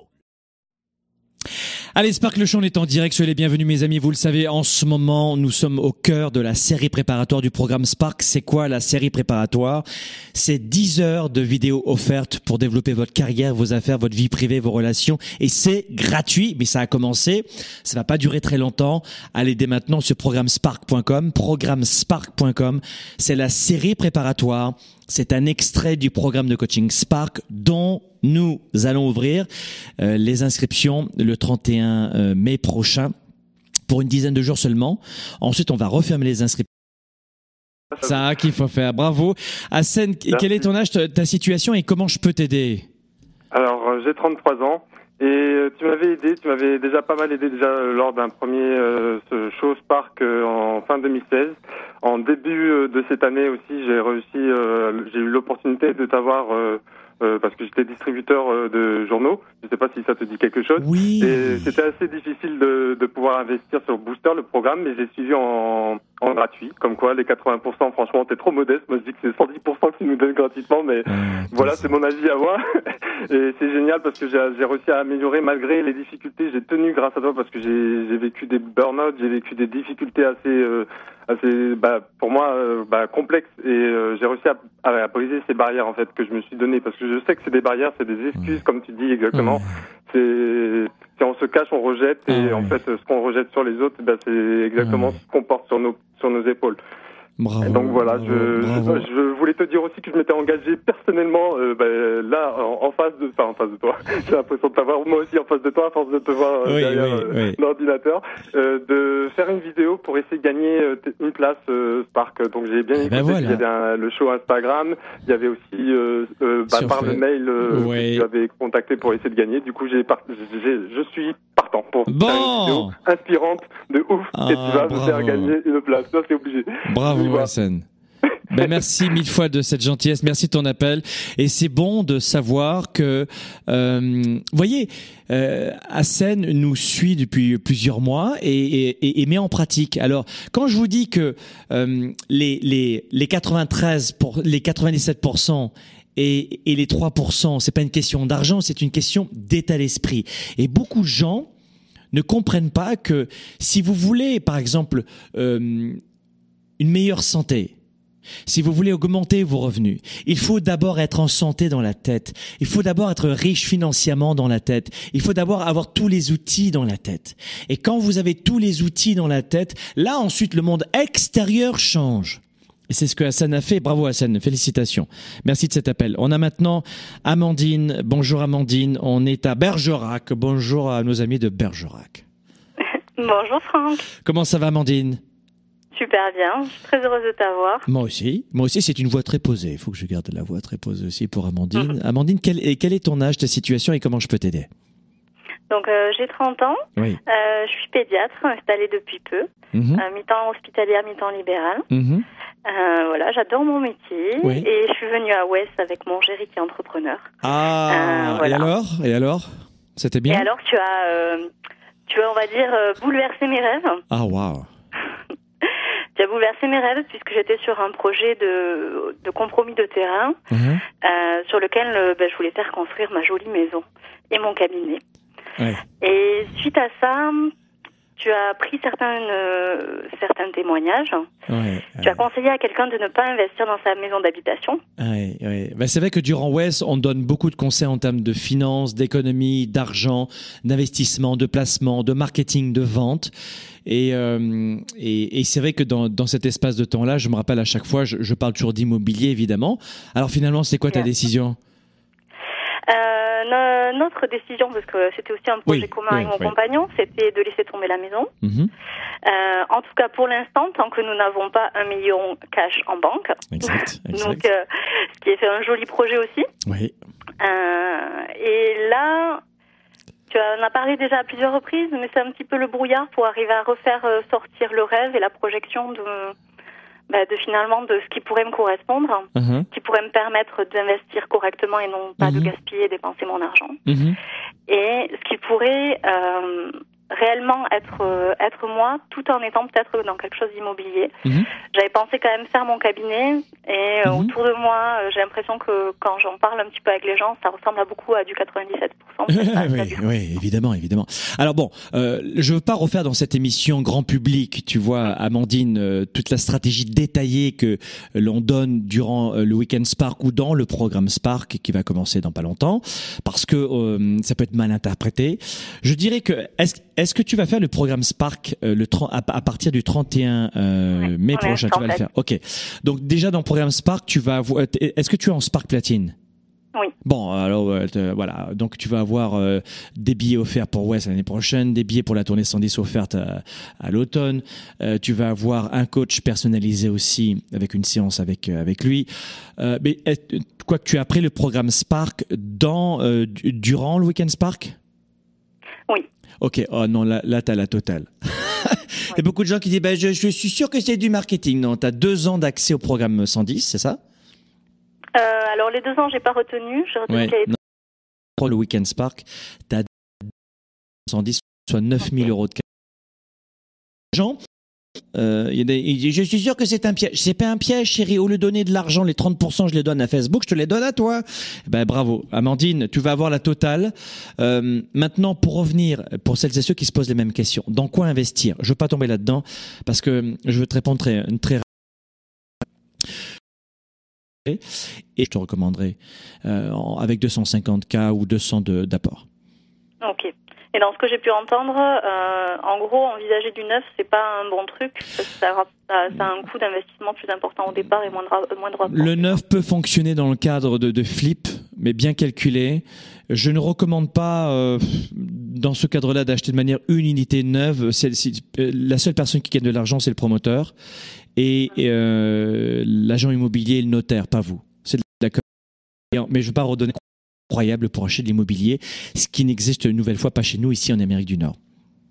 Allez, Spark, le show, on est en direct. Soyez les bienvenus, mes amis. Vous le savez, en ce moment, nous sommes au cœur de la série préparatoire du programme Spark. C'est quoi la série préparatoire ? C'est dix heures de vidéos offertes pour développer votre carrière, vos affaires, votre vie privée, vos relations. Et c'est gratuit, mais ça a commencé. Ça va pas durer très longtemps. Allez dès maintenant sur programme spark point com. programme spark point com. C'est la série préparatoire. C'est un extrait du programme de coaching Spark dont nous allons ouvrir euh, les inscriptions le trente et un mai prochain pour une dizaine de jours seulement. Ensuite, on va refermer les inscriptions. Ça qu'il faut faire. Bravo. Hassen, quel est ton âge, ta situation et comment je peux t'aider ? Alors, euh, j'ai trente-trois ans et euh, tu m'avais aidé, tu m'avais déjà pas mal aidé déjà lors d'un premier euh, ce show Spark euh, en fin deux mille seize en début de cette année aussi, j'ai réussi, euh, j'ai eu l'opportunité de t'avoir euh, euh, parce que j'étais distributeur euh, de journaux. Je sais pas si ça te dit quelque chose. Oui. Et c'était assez difficile de, de pouvoir investir sur Booster, le programme, mais j'ai suivi en, en gratuit. Comme quoi, les quatre-vingts pour cent, franchement, t'es trop modeste. Moi, je dis que c'est cent dix pour cent qu'ils nous donnent gratuitement, mais Mmh, voilà, c'est mon avis à moi. Et c'est génial parce que j'ai, j'ai réussi à améliorer malgré les difficultés. J'ai tenu grâce à toi parce que j'ai, j'ai vécu des burn-out, j'ai vécu des difficultés assez, euh, assez, bah, pour moi, euh, bah, complexes. Et euh, j'ai réussi à, à, à briser ces barrières en fait que je me suis donné parce que je sais que c'est des barrières, c'est des excuses, mmh. comme tu dis exactement. Mmh. C'est, si on se cache, on rejette et ah, en oui. fait, ce qu'on rejette sur les autres, bah, c'est exactement ah, ce qu'on porte sur nos, sur nos épaules. Bravo, et donc voilà, bravo, je, bravo. je, je voulais te dire aussi que je m'étais engagé personnellement euh, bah, là en, en face de, enfin en face de toi. J'ai l'impression de t'avoir moi aussi en face de toi, à force de te voir euh, oui, derrière oui, euh, oui. l'ordinateur, euh, de faire une vidéo pour essayer de gagner euh, une place euh, Spark. Donc j'ai bien écouté. Ben voilà. Il y avait un, le show Instagram, il y avait aussi euh, euh, bah, par le mail euh, ouais. que tu avais contacté pour essayer de gagner. Du coup j'ai, part... j'ai je suis partant pour bon. faire une vidéo inspirante de ouf ah, et tu vas bravo. me faire gagner une place. Ça c'est obligé. Bravo Hassan. Ben merci mille fois de cette gentillesse, merci de ton appel. Et c'est bon de savoir que, euh, vous voyez, euh, Hassan nous suit depuis plusieurs mois et, et, et met en pratique. Alors, quand je vous dis que euh, les, les, les quatre-vingt-treize pour les quatre-vingt-dix-sept pour cent et, et les trois pour cent, c'est pas une question d'argent, c'est une question d'état d'esprit. Et beaucoup de gens ne comprennent pas que si vous voulez, par exemple, euh, une meilleure santé, si vous voulez augmenter vos revenus, il faut d'abord être en santé dans la tête. Il faut d'abord être riche financièrement dans la tête. Il faut d'abord avoir tous les outils dans la tête. Et quand vous avez tous les outils dans la tête, là ensuite le monde extérieur change. Et c'est ce que Hassan a fait. Bravo Hassan, félicitations. Merci de cet appel. On a maintenant Amandine. Bonjour Amandine, on est à Bergerac. Bonjour à nos amis de Bergerac. Bonjour Franck. Comment ça va Amandine ? Super bien, je suis très heureuse de t'avoir. Moi aussi, moi aussi c'est une voix très posée, il faut que je garde la voix très posée aussi pour Amandine. Mmh. Amandine, quel est, quel est ton âge, ta situation et comment je peux t'aider ? Donc euh, j'ai trente ans, oui. euh, je suis pédiatre, installée depuis peu, mmh. euh, mi-temps hospitalière, mi-temps libéral. Mmh. Euh, voilà, j'adore mon métier oui. et je suis venue à Ouest avec mon chéri qui est entrepreneur. Ah, euh, voilà. et alors Et alors C'était bien ? Et alors tu as, euh, tu as on va dire, euh, bouleversé mes rêves. Ah waouh. Tu as bouleversé mes rêves puisque j'étais sur un projet de, de compromis de terrain mmh. euh, sur lequel euh, ben, je voulais faire construire ma jolie maison et mon cabinet. Ouais. Et suite à ça, tu as pris certains, euh, certains témoignages. Ouais, tu ouais. as conseillé à quelqu'un de ne pas investir dans sa maison d'habitation. Ouais, ouais. Ben, c'est vrai que durant West, on donne beaucoup de conseils en termes de finances, d'économie, d'argent, d'investissement, de placement, de marketing, de vente. Et, euh, et, et c'est vrai que dans, dans cet espace de temps-là, je me rappelle à chaque fois, je, je parle toujours d'immobilier, évidemment. Alors finalement, c'est quoi ta décision ? euh, no, Notre décision, parce que c'était aussi un projet oui, commun oui, avec mon oui. compagnon, c'était de laisser tomber la maison. Mm-hmm. Euh, en tout cas, pour l'instant, tant que nous n'avons pas un million cash en banque. Exact. exact. Donc, euh, ce qui est fait un joli projet aussi. Oui. Euh, et là... Tu en as parlé déjà à plusieurs reprises, mais c'est un petit peu le brouillard pour arriver à refaire sortir le rêve et la projection de, bah, de finalement de ce qui pourrait me correspondre, uh-huh. qui pourrait me permettre d'investir correctement et non pas uh-huh. de gaspiller et dépenser mon argent. Uh-huh. Et ce qui pourrait euh, réellement être euh, être moi, tout en étant peut-être dans quelque chose d'immobilier. Uh-huh. J'avais pensé quand même faire mon cabinet et euh, uh-huh. autour de moi, euh, j'ai l'impression que quand j'en parle un petit peu avec les gens, ça ressemble à beaucoup à du quatre-vingt-dix-sept pour cent. oui, oui, évidemment, évidemment. Alors bon, euh, je veux pas refaire dans cette émission grand public, tu vois, Amandine, euh, toute la stratégie détaillée que l'on donne durant euh, le Week-end Spark ou dans le programme Spark qui va commencer dans pas longtemps, parce que euh, ça peut être mal interprété. Je dirais que est-ce Est-ce que tu vas faire le programme Spark euh, le trente, à, à partir du trente et un euh, ouais, mai prochain? Tu vas le faire. Ok. Donc déjà dans le programme Spark, tu vas avoir. Est-ce que tu es en Spark Platine? Oui. Bon, alors euh, voilà. Donc tu vas avoir euh, des billets offerts pour West l'année prochaine, des billets pour la tournée cent dix offertes à, à l'automne. Euh, tu vas avoir un coach personnalisé aussi avec une séance avec avec lui. Euh, mais quoi que tu as pris le programme Spark dans euh, durant le Week-end Spark? Oui. Ok, oh non, là, là t'as la totale. Il y a beaucoup de gens qui disent, bah, je, je suis sûr que c'est du marketing. Non, tu as deux ans d'accès au programme cent dix, c'est ça? Euh, alors, les deux ans, j'ai pas retenu. J'ai retenu Ouais. qu'il y avait... Le Weekend Spark, tu as cent dix, soit neuf mille euros de cash. Gens, euh, il y a des, il dit, je suis sûr que c'est un piège. C'est pas un piège, chérie. Au lieu de donner de l'argent, les trente pour cent, je les donne à Facebook, je te les donne à toi. Ben, bravo. Amandine, tu vas avoir la totale. Euh, maintenant, pour revenir, pour celles et ceux qui se posent les mêmes questions, dans quoi investir? Je veux pas tomber là-dedans parce que je veux te répondre très, très et je te recommanderai euh, avec deux cent cinquante K ou deux cents de, d'apport. Ok. Et dans ce que j'ai pu entendre, euh, en gros, envisager du neuf, c'est pas un bon truc, parce que ça, ça, ça a un coût d'investissement plus important au départ et moins de, moins de rapport. Le neuf peut fonctionner dans le cadre de, de flip, mais bien calculé. Je ne recommande pas, euh, dans ce cadre-là, d'acheter de manière une unité neuve. C'est, c'est, la seule personne qui gagne de l'argent, c'est le promoteur et euh, l'agent immobilier et le notaire, pas vous. C'est d'accord. Mais je ne veux pas redonner incroyable pour acheter de l'immobilier, ce qui n'existe une nouvelle fois pas chez nous ici en Amérique du Nord.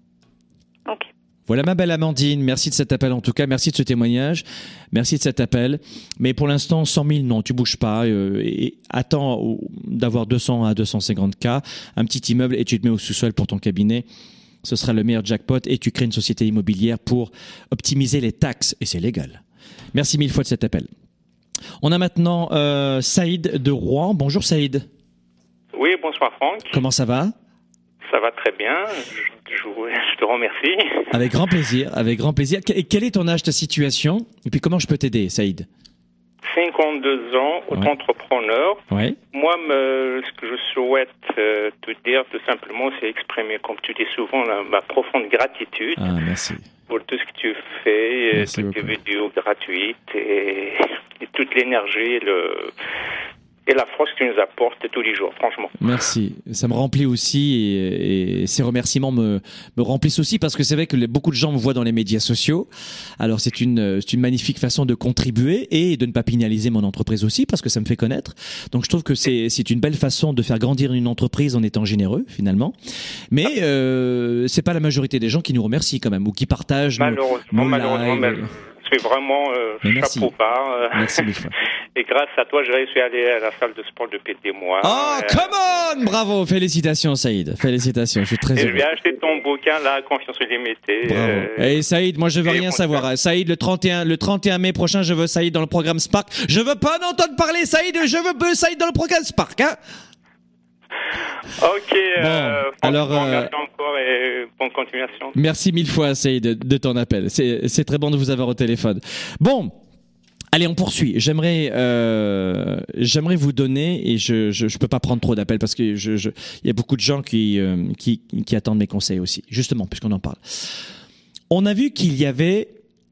Ok. Voilà ma belle Amandine, merci de cet appel en tout cas, merci de ce témoignage, merci de cet appel. Mais pour l'instant, cent mille, non, tu bouges pas. Euh, et attends d'avoir deux cents à deux cent cinquante K, un petit immeuble et tu te mets au sous-sol pour ton cabinet. Ce sera le meilleur jackpot et tu crées une société immobilière pour optimiser les taxes et c'est légal. Merci mille fois de cet appel. On a maintenant euh, Saïd de Rouen. Bonjour Saïd. Oui, bonsoir Franck. Comment ça va? Ça va très bien, je, je, je te remercie. Avec grand plaisir, avec grand plaisir. Quel est ton âge, ta situation? Et puis comment je peux t'aider, Saïd? cinquante-deux ans, auto-entrepreneur. Ouais. Moi, me, ce que je souhaite euh, te dire tout simplement, c'est exprimer, comme tu dis souvent, la, ma profonde gratitude. Ah, merci. Pour tout ce que tu fais, merci toutes beaucoup. tes vidéos gratuites et, et toute l'énergie, le... et la force que tu nous apportes tous les jours, franchement. Merci. Ça me remplit aussi et, et ces remerciements me, me remplissent aussi parce que c'est vrai que les, beaucoup de gens me voient dans les médias sociaux. Alors c'est une, c'est une magnifique façon de contribuer et de ne pas pénaliser mon entreprise aussi parce que ça me fait connaître. Donc je trouve que c'est, c'est une belle façon de faire grandir une entreprise en étant généreux finalement. Mais euh, c'est pas la majorité des gens qui nous remercient quand même ou qui partagent malheureusement, nos, nos malheureusement, lives. C'est vraiment euh, chapeau bas. Euh, merci mille fois. Et grâce à toi, j'ai réussi à aller à la salle de sport depuis des mois. Oh, euh, come on! Bravo! Félicitations, Saïd. Félicitations. Je suis très et heureux. Je vais acheter ton bouquin, là, Confiance illimitée. Bravo. Euh, et Saïd, moi, je veux rien savoir. Frère. Saïd, le trente et un, le trente et un mai prochain, je veux Saïd dans le programme Spark. Je veux pas en entendre parler, Saïd. Je veux Saïd dans le programme Spark, hein? Ok. Bon, euh, alors, euh, merci encore et bonne continuation. Merci mille fois, Saïd, de, de ton appel. C'est, c'est très bon de vous avoir au téléphone. Bon. Allez, on poursuit. J'aimerais, euh, j'aimerais vous donner, et je, je, je peux pas prendre trop d'appels parce que je, je, il y a beaucoup de gens qui, euh, qui, qui attendent mes conseils aussi. Justement, puisqu'on en parle. On a vu qu'il y avait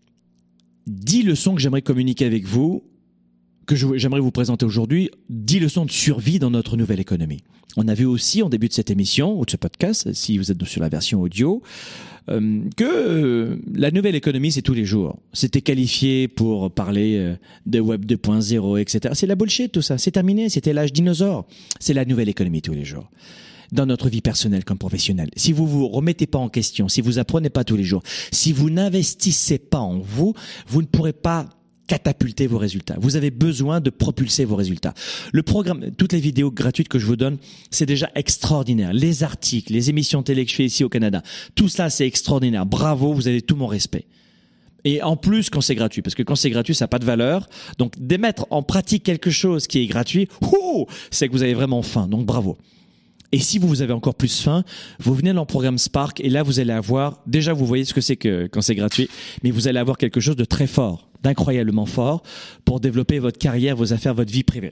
dix leçons que j'aimerais communiquer avec vous, que je, j'aimerais vous présenter aujourd'hui, dix leçons de survie dans notre nouvelle économie. On a vu aussi, en début de cette émission, ou de ce podcast, si vous êtes sur la version audio, euh, que euh, la nouvelle économie, c'est tous les jours. C'était qualifié pour parler euh, de Web deux point zéro, et cetera. C'est la bullshit, tout ça. C'est terminé. C'était l'âge dinosaure. C'est la nouvelle économie tous les jours. Dans notre vie personnelle comme professionnelle. Si vous vous remettez pas en question, si vous apprenez pas tous les jours, si vous n'investissez pas en vous, vous ne pourrez pas catapulter vos résultats. Vous avez besoin de propulser vos résultats. Le programme, toutes les vidéos gratuites que je vous donne, c'est déjà extraordinaire. Les articles, les émissions télé que je fais ici au Canada, tout cela c'est extraordinaire. Bravo, vous avez tout mon respect. Et en plus quand c'est gratuit, parce que quand c'est gratuit, ça n'a pas de valeur. Donc de mettre en pratique quelque chose qui est gratuit, ouh, c'est que vous avez vraiment faim. Donc bravo. Et si vous avez encore plus faim, vous venez dans le programme Spark et là vous allez avoir, déjà vous voyez ce que c'est que quand c'est gratuit, mais vous allez avoir quelque chose de très fort, d'incroyablement fort pour développer votre carrière, vos affaires, votre vie privée.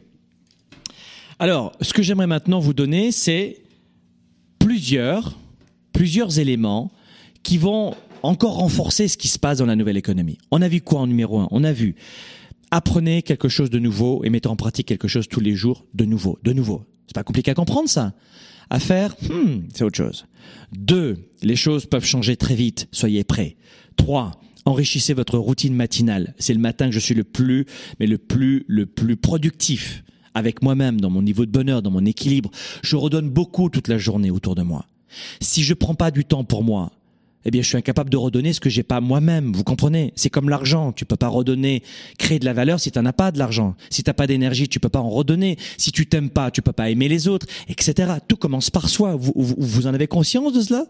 Alors, ce que j'aimerais maintenant vous donner, c'est plusieurs, plusieurs éléments qui vont encore renforcer ce qui se passe dans la nouvelle économie. On a vu quoi en numéro un? On a vu apprenez quelque chose de nouveau et mettez en pratique quelque chose tous les jours de nouveau, de nouveau. C'est pas compliqué à comprendre ça. À faire, hmm, c'est autre chose. Deux, les choses peuvent changer très vite. Soyez prêts. Trois, enrichissez votre routine matinale. C'est le matin que je suis le plus, mais le plus, le plus productif avec moi-même, dans mon niveau de bonheur, dans mon équilibre. Je redonne beaucoup toute la journée autour de moi. Si je prends pas du temps pour moi, eh bien, je suis incapable de redonner ce que j'ai pas moi-même. Vous comprenez? C'est comme l'argent. Tu peux pas redonner, créer de la valeur si tu n'en as pas de l'argent. Si tu n'as pas d'énergie, tu peux pas en redonner. Si tu t'aimes pas, tu peux pas aimer les autres, et cetera. Tout commence par soi. Vous, vous, vous en avez conscience de cela?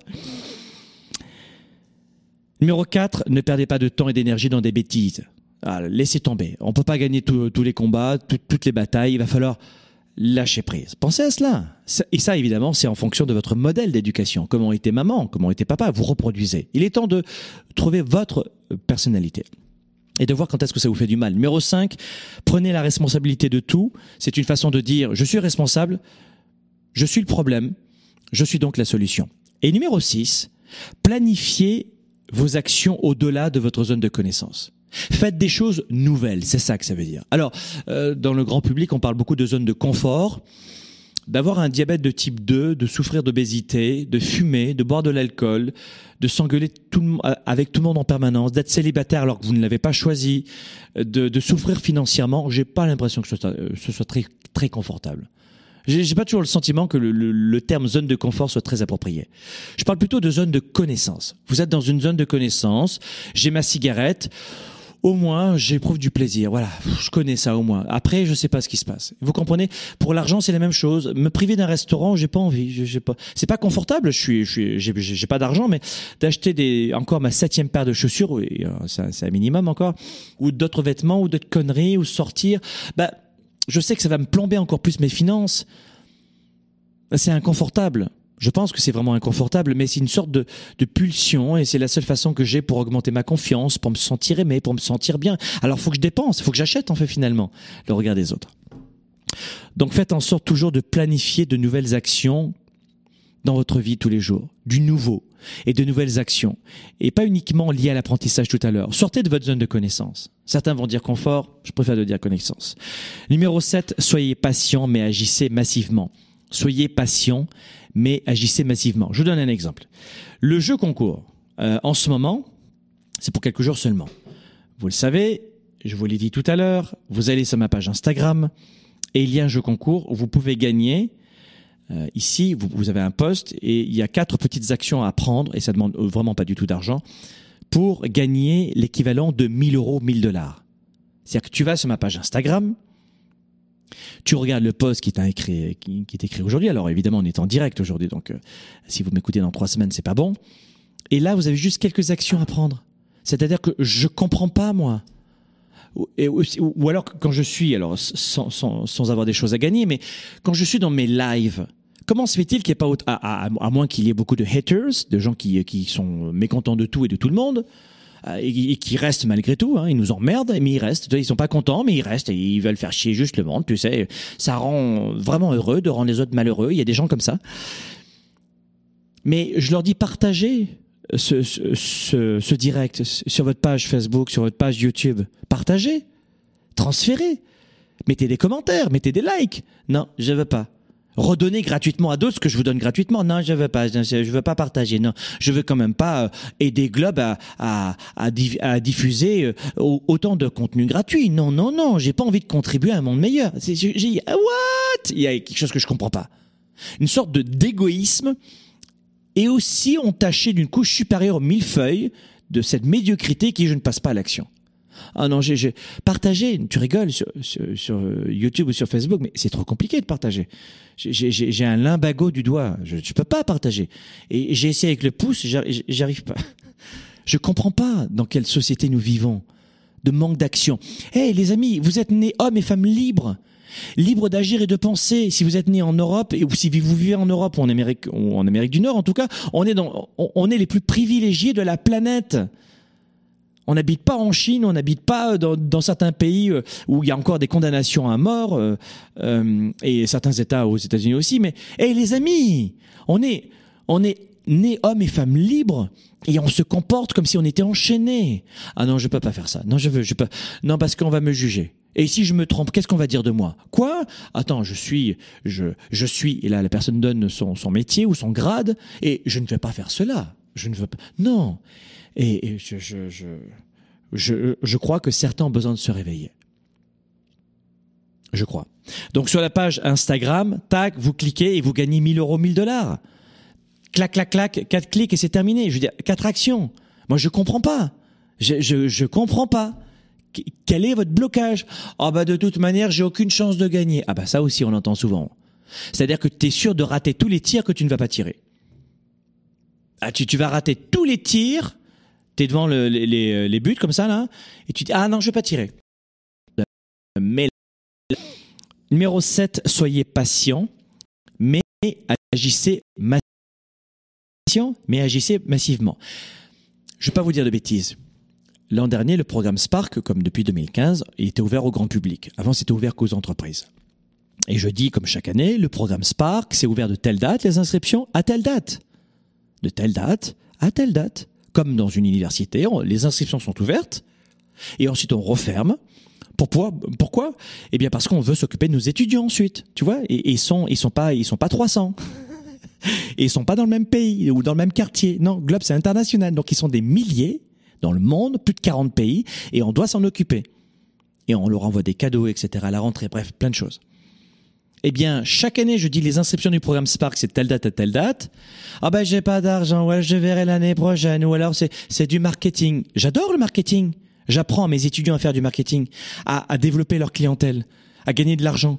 Numéro quatre, ne perdez pas de temps et d'énergie dans des bêtises. Ah, laissez tomber. On peut pas gagner tous les combats, tout, toutes les batailles. Il va falloir lâcher prise. Pensez à cela. Et ça, évidemment, c'est en fonction de votre modèle d'éducation. Comment était maman, comment était papa, vous reproduisez. Il est temps de trouver votre personnalité et de voir quand est-ce que ça vous fait du mal. Numéro cinq, prenez la responsabilité de tout. C'est une façon de dire, je suis responsable, je suis le problème, je suis donc la solution. Et numéro six, planifiez vos actions au-delà de votre zone de connaissance. Faites des choses nouvelles, c'est ça que ça veut dire. Alors, euh, dans le grand public, on parle beaucoup de zones de confort, d'avoir un diabète de type deux, de souffrir d'obésité, de fumer, de boire de l'alcool, de s'engueuler tout le, avec tout le monde en permanence, d'être célibataire alors que vous ne l'avez pas choisi, de, de souffrir financièrement. J'ai pas l'impression que ce soit, ce soit très, très confortable. J'ai, j'ai pas toujours le sentiment que le, le, le terme zone de confort soit très approprié. Je parle plutôt de zone de connaissance. Vous êtes dans une zone de connaissance, j'ai ma cigarette, au moins, j'éprouve du plaisir. Voilà, je connais ça au moins. Après, je sais pas ce qui se passe. Vous comprenez? Pour l'argent, c'est la même chose. Me priver d'un restaurant, j'ai pas envie. J'ai pas. C'est pas confortable. Je suis, je suis, j'ai, j'ai pas d'argent, mais d'acheter des, encore ma septième paire de chaussures, oui, c'est, c'est un minimum encore, ou d'autres vêtements, ou d'autres conneries, ou sortir. Bah, je sais que ça va me plomber encore plus mes finances. C'est inconfortable. Je pense que c'est vraiment inconfortable, mais c'est une sorte de, de pulsion et c'est la seule façon que j'ai pour augmenter ma confiance, pour me sentir aimé, pour me sentir bien. Alors, il faut que je dépense, il faut que j'achète en fait finalement le regard des autres. Donc, faites en sorte toujours de planifier de nouvelles actions dans votre vie tous les jours, du nouveau et de nouvelles actions et pas uniquement liées à l'apprentissage tout à l'heure. Sortez de votre zone de connaissance. Certains vont dire confort, je préfère de dire connaissance. Numéro sept, soyez patient mais agissez massivement. Soyez patient, mais agissez massivement. Je vous donne un exemple. Le jeu concours, euh, en ce moment, c'est pour quelques jours seulement. Vous le savez, je vous l'ai dit tout à l'heure, vous allez sur ma page Instagram et il y a un jeu concours où vous pouvez gagner. Euh, ici, vous, vous avez un post et il y a quatre petites actions à prendre et ça demande vraiment pas du tout d'argent pour gagner l'équivalent de mille euros, mille dollars. C'est-à-dire que tu vas sur ma page Instagram, tu regardes le post qui t'a écrit, qui, qui est écrit aujourd'hui. Alors évidemment, on est en direct aujourd'hui, donc euh, si vous m'écoutez dans trois semaines, c'est pas bon. Et là, vous avez juste quelques actions à prendre. C'est-à-dire que je comprends pas moi. Ou, et, ou, ou alors quand je suis, alors sans, sans, sans avoir des choses à gagner, mais quand je suis dans mes lives, comment se fait-il qu'il n'y ait pas autre, à, à, à moins qu'il y ait beaucoup de haters, de gens qui, qui sont mécontents de tout et de tout le monde. Et qui restent malgré tout, hein, ils nous emmerdent, mais ils restent. Ils sont pas contents, mais ils restent et ils veulent faire chier juste le monde. Tu sais, ça rend vraiment heureux de rendre les autres malheureux. Il y a des gens comme ça. Mais je leur dis partagez ce, ce, ce, ce direct sur votre page Facebook, sur votre page YouTube. Partagez, transférez, mettez des commentaires, mettez des likes. Non, je veux pas. Redonner gratuitement à d'autres ce que je vous donne gratuitement. Non, je veux pas, je veux pas partager. Non, je veux quand même pas aider Globe à, à, à, à diffuser autant de contenu gratuit. Non, non, non, j'ai pas envie de contribuer à un monde meilleur. C'est, j'ai, what? Il y a quelque chose que je comprends pas. Une sorte de, d'égoïsme et aussi entaché d'une couche supérieure au millefeuille de cette médiocrité qui je ne passe pas à l'action. Ah non, j'ai, j'ai partagé, tu rigoles sur, sur, sur YouTube ou sur Facebook, mais c'est trop compliqué de partager. J'ai, j'ai, j'ai un limbago du doigt, je ne peux pas partager. Et j'ai essayé avec le pouce, j'arrive, j'arrive pas. Je comprends pas dans quelle société nous vivons, de manque d'action. Eh hey, les amis, vous êtes nés hommes et femmes libres, libres d'agir et de penser. Si vous êtes nés en Europe, ou si vous vivez en Europe ou en Amérique, ou en Amérique du Nord, en tout cas, on est, dans, on, on est les plus privilégiés de la planète. On n'habite pas en Chine, on n'habite pas dans, dans certains pays où il y a encore des condamnations à mort, euh, euh, et certains États aux États-Unis aussi. Mais, hé, les amis, on est, on est nés hommes et femmes libres et on se comporte comme si on était enchaînés. Ah non, je peux pas faire ça. Non, je veux, je peux. Non, parce qu'on va me juger. Et si je me trompe, qu'est-ce qu'on va dire de moi? Quoi? Attends, je suis, je, je suis. Et là, la personne donne son, son métier ou son grade, et je ne vais pas faire cela. Je ne veux pas. Non. Et, et je, je, je, je, je crois que certains ont besoin de se réveiller. Je crois. Donc sur la page Instagram, tac, vous cliquez et vous gagnez mille euros, mille dollars. clac, clac, clac, quatre clics et c'est terminé. Je veux dire, quatre actions. Moi, je comprends pas. Je, je, je comprends pas. Quel est votre blocage? Ah bah de toute manière, j'ai aucune chance de gagner. Ah bah ça aussi, on l'entend souvent. C'est-à-dire que tu es sûr de rater tous les tirs que tu ne vas pas tirer. Ah, tu, tu vas rater tous les tirs. Tu es devant le, les, les, les buts comme ça là, et tu dis ah non, je vais pas tirer. Mais numéro sept, soyez patient, mais agissez massivement, mais agissez massivement. Je vais pas vous dire de bêtises. L'an dernier, le programme Spark, comme depuis deux mille quinze, il était ouvert au grand public. Avant, c'était ouvert qu'aux entreprises. Et je dis, comme chaque année, le programme Spark, c'est ouvert de telle date, les inscriptions à telle date. De telle date à telle date. Comme dans une université, on, les inscriptions sont ouvertes, et ensuite on referme. Pour pouvoir, pourquoi? Eh bien parce qu'on veut s'occuper de nos étudiants ensuite, tu vois, et, et ils sont, ils sont pas, ils sont pas trois cents. Et ils sont pas dans le même pays ou dans le même quartier. Non, Globe, c'est international. Donc ils sont des milliers dans le monde, plus de quarante pays, et on doit s'en occuper. Et on leur envoie des cadeaux, et cetera à la rentrée, bref, plein de choses. Eh bien, chaque année, je dis les inscriptions du programme Spark, c'est de telle date à telle date. Ah ben, j'ai pas d'argent, ouais, je verrai l'année prochaine, ou alors c'est, c'est du marketing. J'adore le marketing. J'apprends à mes étudiants à faire du marketing, à, à développer leur clientèle, à gagner de l'argent,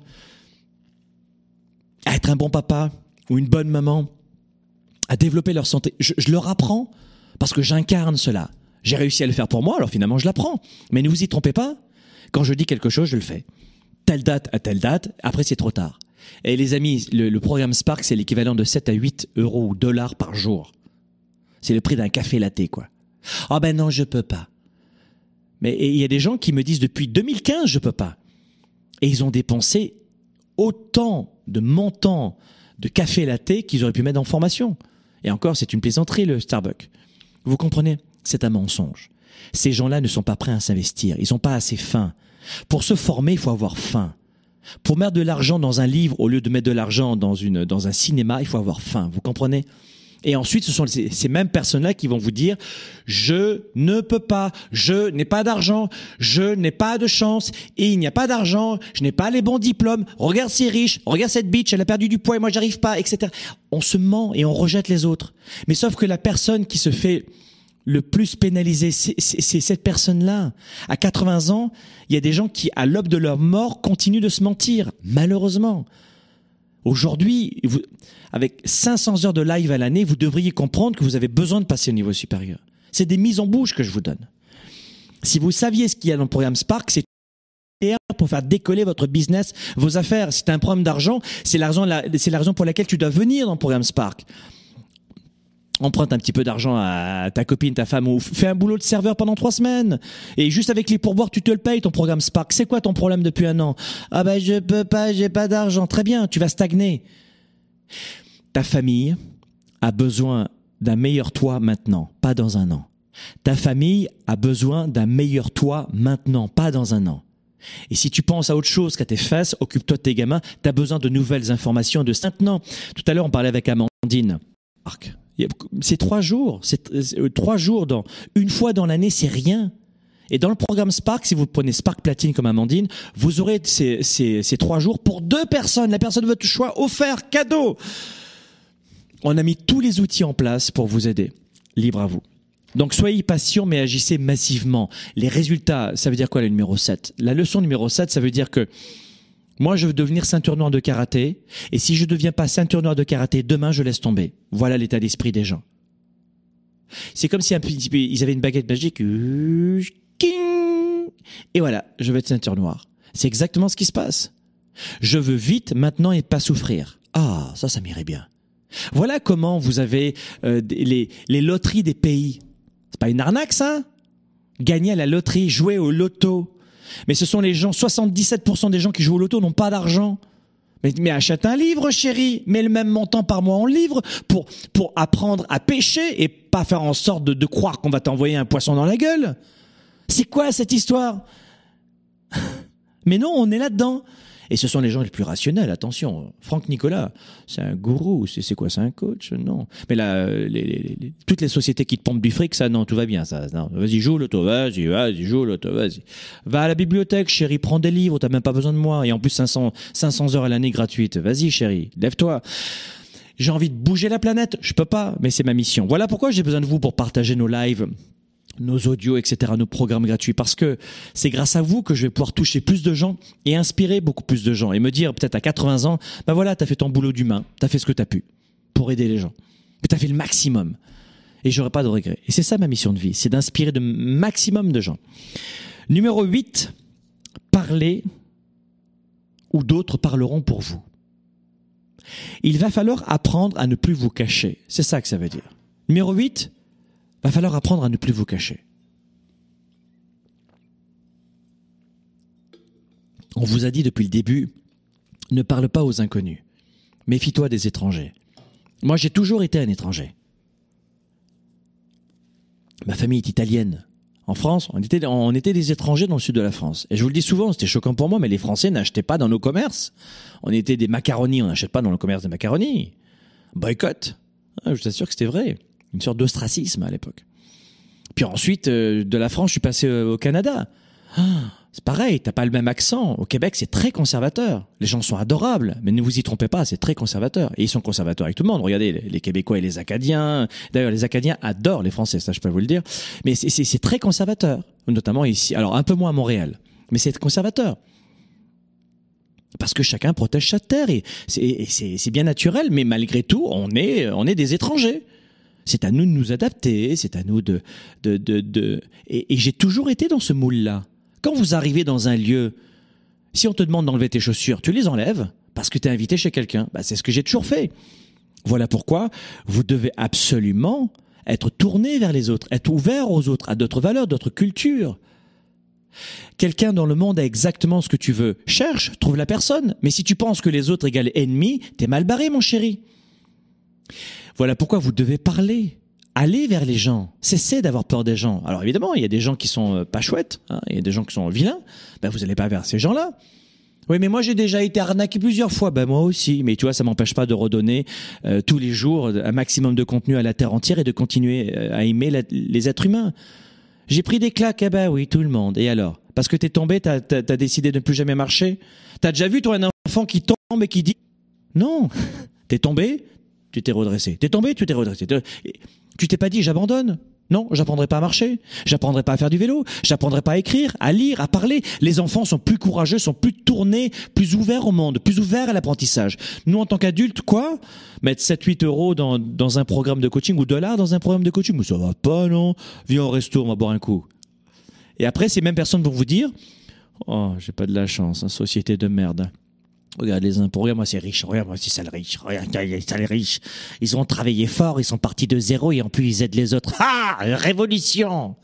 à être un bon papa ou une bonne maman, à développer leur santé. Je, je leur apprends parce que j'incarne cela. J'ai réussi à le faire pour moi, alors finalement je l'apprends. Mais ne vous y trompez pas, quand je dis quelque chose, je le fais. Telle date à telle date, après c'est trop tard. Et les amis, le, le programme Spark, c'est l'équivalent de sept à huit euros ou dollars par jour. C'est le prix d'un café latte, quoi. Ah ben non, je peux pas. Mais il y a des gens qui me disent depuis deux mille quinze, je peux pas. Et ils ont dépensé autant de montants de café latte qu'ils auraient pu mettre en formation. Et encore, c'est une plaisanterie, le Starbucks. Vous comprenez? C'est un mensonge. Ces gens-là ne sont pas prêts à s'investir. Ils n'ont pas assez faim. Pour se former, il faut avoir faim. Pour mettre de l'argent dans un livre, au lieu de mettre de l'argent dans une, dans un cinéma, il faut avoir faim. Vous comprenez? Et ensuite, ce sont ces, ces mêmes personnes-là qui vont vous dire « Je ne peux pas, je n'ai pas d'argent, je n'ai pas de chance, et il n'y a pas d'argent, je n'ai pas les bons diplômes, regarde ces riches, regarde cette bitch, elle a perdu du poids et moi j'arrive pas, et cetera » On se ment et on rejette les autres. Mais sauf que la personne qui se fait le plus pénaliser, c'est, c'est, c'est cette personne-là. À quatre-vingts ans, il y a des gens qui, à l'aube de leur mort, continuent de se mentir, malheureusement. Aujourd'hui, vous, avec cinq cents heures de live à l'année, vous devriez comprendre que vous avez besoin de passer au niveau supérieur. C'est des mises en bouche que je vous donne. Si vous saviez ce qu'il y a dans le programme Spark, c'est pour faire décoller votre business, vos affaires. Si tu as un problème d'argent, c'est la raison, c'est la raison pour laquelle tu dois venir dans le programme Spark. Emprunte un petit peu d'argent à ta copine, ta femme, ou fais un boulot de serveur pendant trois semaines. Et juste avec les pourboires, tu te le payes, ton programme Spark. C'est quoi ton problème depuis un an? Ah ben, je peux pas, j'ai pas d'argent. Très bien, tu vas stagner. Ta famille a besoin d'un meilleur toi maintenant, pas dans un an. Ta famille a besoin d'un meilleur toi maintenant, pas dans un an. Et si tu penses à autre chose qu'à tes fesses, occupe-toi de tes gamins, tu as besoin de nouvelles informations de maintenant. Tout à l'heure, on parlait avec Amandine. C'est trois jours, c'est trois jours dans une fois dans l'année, c'est rien. Et dans le programme Spark, si vous prenez Spark Platine comme Amandine, vous aurez ces, ces, ces trois jours pour deux personnes, la personne de votre choix, offert, cadeau. On a mis tous les outils en place pour vous aider. Libre à vous. Donc soyez patient, mais agissez massivement. Les résultats, ça veut dire quoi le numéro sept? La leçon numéro sept, ça veut dire que moi, je veux devenir ceinture noire de karaté. Et si je ne deviens pas ceinture noire de karaté, demain, je laisse tomber. Voilà l'état d'esprit des gens. C'est comme si un petit peu, ils avaient une baguette magique. Et voilà, je veux être ceinture noire. C'est exactement ce qui se passe. Je veux vite, maintenant, et pas souffrir. Ah, ça, ça m'irait bien. Voilà comment vous avez euh, les, les loteries des pays. C'est pas une arnaque, ça? Gagner à la loterie, jouer au loto. Mais ce sont les gens, soixante-dix-sept pour cent des gens qui jouent au loto n'ont pas d'argent. Mais, mais achète un livre, chérie. Mets le même montant par mois en livre pour, pour apprendre à pêcher et pas faire en sorte de, de croire qu'on va t'envoyer un poisson dans la gueule. C'est quoi cette histoire? Mais non, on est là-dedans. Et ce sont les gens les plus rationnels, attention. Franck Nicolas, c'est un gourou, c'est, c'est quoi, c'est un coach? Non. Mais là, les, les, les, toutes les sociétés qui te pompent du fric, ça, non, tout va bien, ça. Non. Vas-y, joue l'auto, vas-y, vas-y, joue l'auto, vas-y. Va à la bibliothèque, chérie, prends des livres, t'as même pas besoin de moi. Et en plus, cinq cents, cinq cents heures à l'année gratuites. Vas-y, chérie, lève-toi. J'ai envie de bouger la planète, je peux pas, mais c'est ma mission. Voilà pourquoi j'ai besoin de vous pour partager nos lives, nos audios, et cetera, nos programmes gratuits, parce que c'est grâce à vous que je vais pouvoir toucher plus de gens et inspirer beaucoup plus de gens et me dire peut-être à quatre-vingts ans, ben voilà, t'as fait ton boulot d'humain, t'as fait ce que t'as pu pour aider les gens, mais t'as fait le maximum et j'aurai pas de regrets. Et c'est ça ma mission de vie, c'est d'inspirer le maximum de gens. Numéro huit, parlez ou d'autres parleront pour vous. Il va falloir apprendre à ne plus vous cacher. C'est ça que ça veut dire. Numéro huit, va falloir apprendre à ne plus vous cacher. On vous a dit depuis le début, ne parle pas aux inconnus. Méfie-toi des étrangers. Moi, j'ai toujours été un étranger. Ma famille est italienne. En France, on était, on était des étrangers dans le sud de la France. Et je vous le dis souvent, c'était choquant pour moi, mais les Français n'achetaient pas dans nos commerces. On était des macaronis, on n'achète pas dans le commerce des macaronis. Boycott. Ah, je vous assure que c'était vrai. Une sorte d'ostracisme à l'époque. Puis ensuite, euh, de la France, je suis passé euh, au Canada. Ah, c'est pareil, t'as pas le même accent. Au Québec, c'est très conservateur. Les gens sont adorables, mais ne vous y trompez pas, c'est très conservateur. Et ils sont conservateurs avec tout le monde. Regardez, les, les Québécois et les Acadiens. D'ailleurs, les Acadiens adorent les Français, ça je peux vous le dire. Mais c'est, c'est, c'est très conservateur, notamment ici. Alors, un peu moins à Montréal, mais c'est conservateur. Parce que chacun protège sa terre et c'est, et c'est, c'est bien naturel, mais malgré tout, on est, on est des étrangers. C'est à nous de nous adapter, c'est à nous de... de, de, de... Et, et j'ai toujours été dans ce moule-là. Quand vous arrivez dans un lieu, si on te demande d'enlever tes chaussures, tu les enlèves parce que tu es invité chez quelqu'un. Bah, c'est ce que j'ai toujours fait. Voilà pourquoi vous devez absolument être tourné vers les autres, être ouvert aux autres, à d'autres valeurs, d'autres cultures. Quelqu'un dans le monde a exactement ce que tu veux. Cherche, trouve la personne. Mais si tu penses que les autres égale ennemis, t'es mal barré, mon chéri. Voilà pourquoi vous devez parler. Allez vers les gens. Cessez d'avoir peur des gens. Alors évidemment, il y a des gens qui sont pas chouettes, hein, il y a des gens qui sont vilains. Ben, vous n'allez pas vers ces gens-là. Oui, mais moi j'ai déjà été arnaqué plusieurs fois. Ben moi aussi. Mais tu vois, ça m'empêche pas de redonner euh, tous les jours un maximum de contenu à la terre entière et de continuer à aimer la, les êtres humains. J'ai pris des claques. Eh ben oui, tout le monde. Et alors? Parce que t'es tombé, t'as, t'as, t'as décidé de ne plus jamais marcher? T'as déjà vu toi un enfant qui tombe et qui dit non? T'es tombé, tu t'es redressé. T'es tombé, tu t'es redressé. Tu t'es pas dit j'abandonne? Non, j'apprendrai pas à marcher, j'apprendrai pas à faire du vélo, j'apprendrai pas à écrire, à lire, à parler. Les enfants sont plus courageux, sont plus tournés, plus ouverts au monde, plus ouverts à l'apprentissage. Nous, en tant qu'adultes, quoi? Mettre sept huit euros dans, dans un programme de coaching ou dollars dans un programme de coaching, mais ça va pas, non? Viens au resto, on va boire un coup. Et après, ces mêmes personnes vont vous dire, oh, j'ai pas de la chance, hein, société de merde. Regarde les impôts, regarde moi c'est riche, regarde moi c'est sale riche, regarde les sales riches. Ils ont travaillé fort, ils sont partis de zéro et en plus ils aident les autres. Ah, révolution.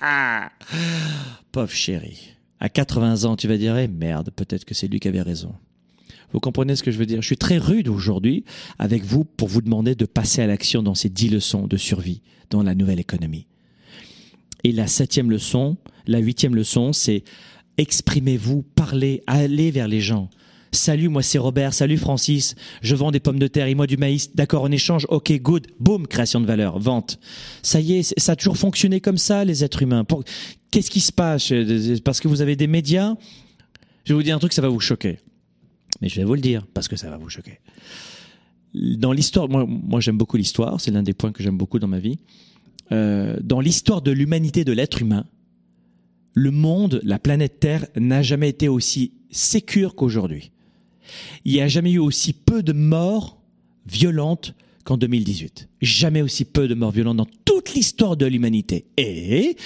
Pauvre chéri. À quatre-vingts ans, tu vas dire, eh merde, peut-être que c'est lui qui avait raison. Vous comprenez ce que je veux dire? Je suis très rude aujourd'hui avec vous pour vous demander de passer à l'action dans ces dix leçons de survie dans la nouvelle économie. Et la septième leçon, la huitième leçon, c'est exprimez-vous, parlez, allez vers les gens. Salut, moi c'est Robert. Salut Francis. Je vends des pommes de terre et moi du maïs. D'accord, en échange. Ok, good. Boum, création de valeur, vente. Ça y est, ça a toujours fonctionné comme ça, les êtres humains. Pour... Qu'est-ce qui se passe? Parce que vous avez des médias? Je vais vous dire un truc, ça va vous choquer. Mais je vais vous le dire, parce que ça va vous choquer. Dans l'histoire, moi, moi j'aime beaucoup l'histoire. C'est l'un des points que j'aime beaucoup dans ma vie. Euh, dans l'histoire de l'humanité, de l'être humain, le monde, la planète Terre, n'a jamais été aussi sécure qu'aujourd'hui. Il n'y a jamais eu aussi peu de morts violentes qu'en deux mille dix-huit. Jamais aussi peu de morts violentes dans toute l'histoire de l'humanité. Et,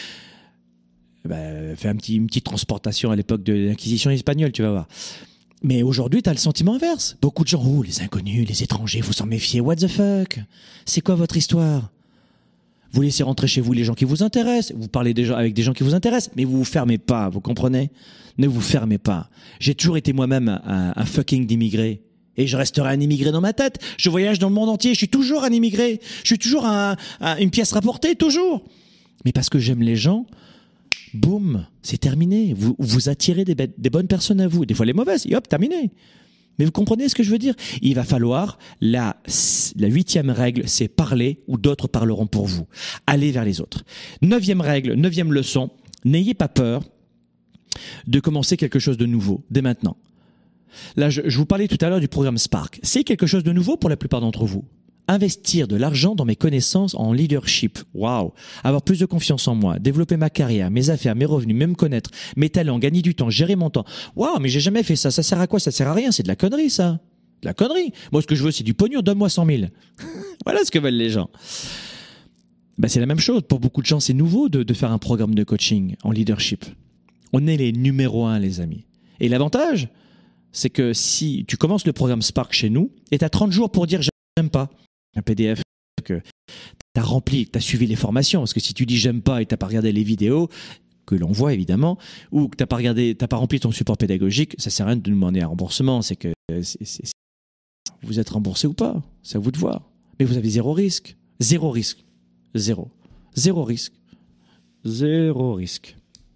ben, fais un petit, une petite transportation à l'époque de l'Inquisition espagnole, tu vas voir. Mais aujourd'hui, tu as le sentiment inverse. Beaucoup de gens, oh, les inconnus, les étrangers, faut s'en méfier. What the fuck? C'est quoi votre histoire? Vous laissez rentrer chez vous les gens qui vous intéressent, vous parlez déjà avec des gens qui vous intéressent, mais vous vous fermez pas, vous comprenez? Ne vous fermez pas. J'ai toujours été moi-même un, un fucking d'immigré. Et je resterai un immigré dans ma tête. Je voyage dans le monde entier, je suis toujours un immigré. Je suis toujours un, un, une pièce rapportée, toujours. Mais parce que j'aime les gens, boum, c'est terminé. Vous, vous attirez des, des bonnes personnes à vous. Des fois les mauvaises, et hop, terminé. Mais vous comprenez ce que je veux dire? Il va falloir, la, la huitième règle, c'est parler ou d'autres parleront pour vous. Allez vers les autres. Neuvième règle, neuvième leçon, n'ayez pas peur de commencer quelque chose de nouveau, dès maintenant. Là, je, je vous parlais tout à l'heure du programme Spark. C'est quelque chose de nouveau pour la plupart d'entre vous. Investir de l'argent dans mes connaissances en leadership. Waouh. Avoir plus de confiance en moi, développer ma carrière, mes affaires, mes revenus, même me connaître, mes talents, gagner du temps, gérer mon temps. Waouh, mais j'ai jamais fait ça. Ça sert à quoi? Ça sert à rien. C'est de la connerie, ça. De la connerie. Moi, ce que je veux, c'est du pognon. Donne-moi cent mille. Voilà ce que veulent les gens. Ben, c'est la même chose. Pour beaucoup de gens, c'est nouveau de, de faire un programme de coaching en leadership. On est les numéros un, les amis. Et l'avantage, c'est que si tu commences le programme Spark chez nous, et tu as trente jours pour dire j'aime pas, un P D F que tu as rempli, que tu as suivi les formations, parce que si tu dis j'aime pas et tu n'as pas regardé les vidéos, que l'on voit évidemment, ou que tu n'as pas regardé, t'as pas rempli ton support pédagogique, ça sert à rien de demander un remboursement, c'est que c'est, c'est, c'est, vous êtes remboursé ou pas, c'est à vous de voir. Mais vous avez zéro risque, zéro risque, zéro, zéro risque, zéro risque.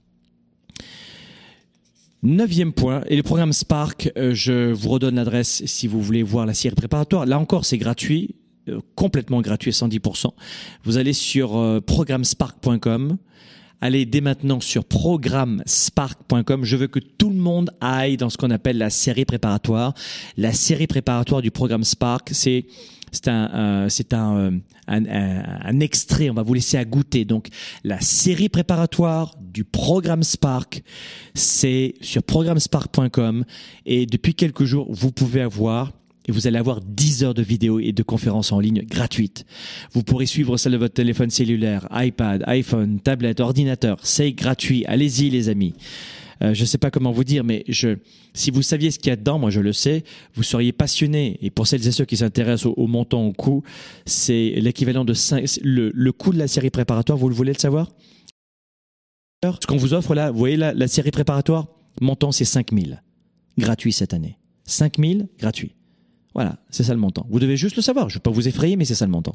Neuvième point, et le programme Spark, euh, je vous redonne l'adresse si vous voulez voir la série préparatoire. Là encore, c'est gratuit, euh, complètement gratuit à cent dix pour cent. Vous allez sur euh, programme spark point com. Allez dès maintenant sur programme spark point com. Je veux que tout le monde aille dans ce qu'on appelle la série préparatoire. La série préparatoire du programme Spark, c'est c'est un euh, c'est un, euh, un, un un extrait. On va vous laisser à goûter. Donc la série préparatoire du programme Spark, c'est sur programme spark point com et depuis quelques jours, vous pouvez avoir et vous allez avoir dix heures de vidéos et de conférences en ligne gratuites. Vous pourrez suivre celle de votre téléphone cellulaire, iPad, iPhone, tablette, ordinateur. C'est gratuit. Allez-y, les amis. Euh, je ne sais pas comment vous dire, mais je, si vous saviez ce qu'il y a dedans, moi je le sais, vous seriez passionné. Et pour celles et ceux qui s'intéressent au, au montant, au coût, c'est l'équivalent de cinq, le, le coût de la série préparatoire. Vous le voulez le savoir? Ce qu'on vous offre là, vous voyez la, la série préparatoire, montant c'est cinq mille. Gratuit cette année. cinq mille, gratuit. Voilà, c'est ça le montant. Vous devez juste le savoir. Je ne vais pas vous effrayer, mais c'est ça le montant.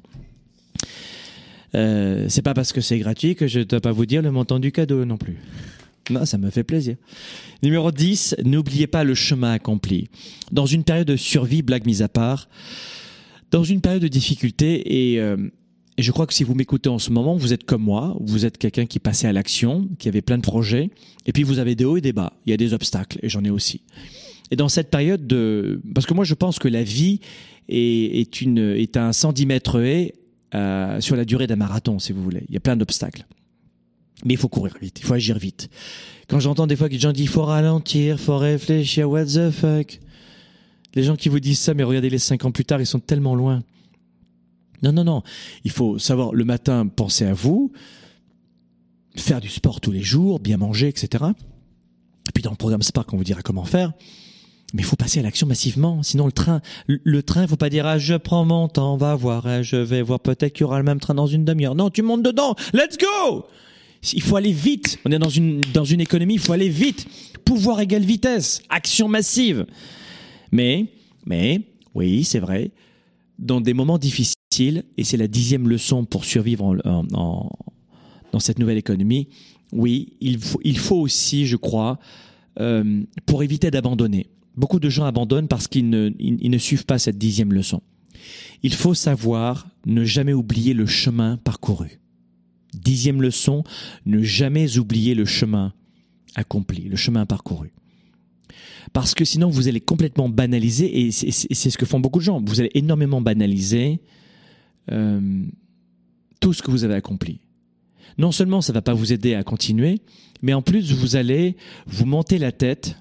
Euh, c'est pas parce que c'est gratuit que je ne dois pas vous dire le montant du cadeau non plus. Non, ça me fait plaisir. Numéro dix, n'oubliez pas le chemin accompli. Dans une période de survie, blague mise à part, dans une période de difficulté, et, euh, et je crois que si vous m'écoutez en ce moment, vous êtes comme moi, vous êtes quelqu'un qui passait à l'action, qui avait plein de projets, et puis vous avez des hauts et des bas. Il y a des obstacles, et j'en ai aussi. Et dans cette période de... Parce que moi, je pense que la vie est, est, une, est un cent dix mètres haies euh, sur la durée d'un marathon, si vous voulez. Il y a plein d'obstacles. Mais il faut courir vite, il faut agir vite. Quand j'entends des fois que les gens disent « il faut ralentir, il faut réfléchir, what the fuck ?» Les gens qui vous disent ça, mais regardez les cinq ans plus tard, ils sont tellement loin. Non, non, non. Il faut savoir, le matin, penser à vous, faire du sport tous les jours, bien manger, et cetera. Et puis dans le programme Spark, on vous dira comment faire. Mais il faut passer à l'action massivement. Sinon, le train, le train, il faut pas dire, ah, je prends mon temps, on va voir, hein, je vais voir, peut-être qu'il y aura le même train dans une demi-heure. Non, tu montes dedans. Let's go! Il faut aller vite. On est dans une, dans une économie, il faut aller vite. Pouvoir égale vitesse. Action massive. Mais, mais, oui, c'est vrai, dans des moments difficiles, et c'est la dixième leçon pour survivre en, en, en, dans cette nouvelle économie, oui, il faut, il faut aussi, je crois, euh, pour éviter d'abandonner. Beaucoup de gens abandonnent parce qu'ils ne, ils, ils ne suivent pas cette dixième leçon. Il faut savoir ne jamais oublier le chemin parcouru. Dixième leçon, ne jamais oublier le chemin accompli, le chemin parcouru. Parce que sinon, vous allez complètement banaliser, et c'est, c'est, c'est ce que font beaucoup de gens. Vous allez énormément banaliser euh, tout ce que vous avez accompli. Non seulement ça ne va pas vous aider à continuer, mais en plus, vous allez vous monter la tête,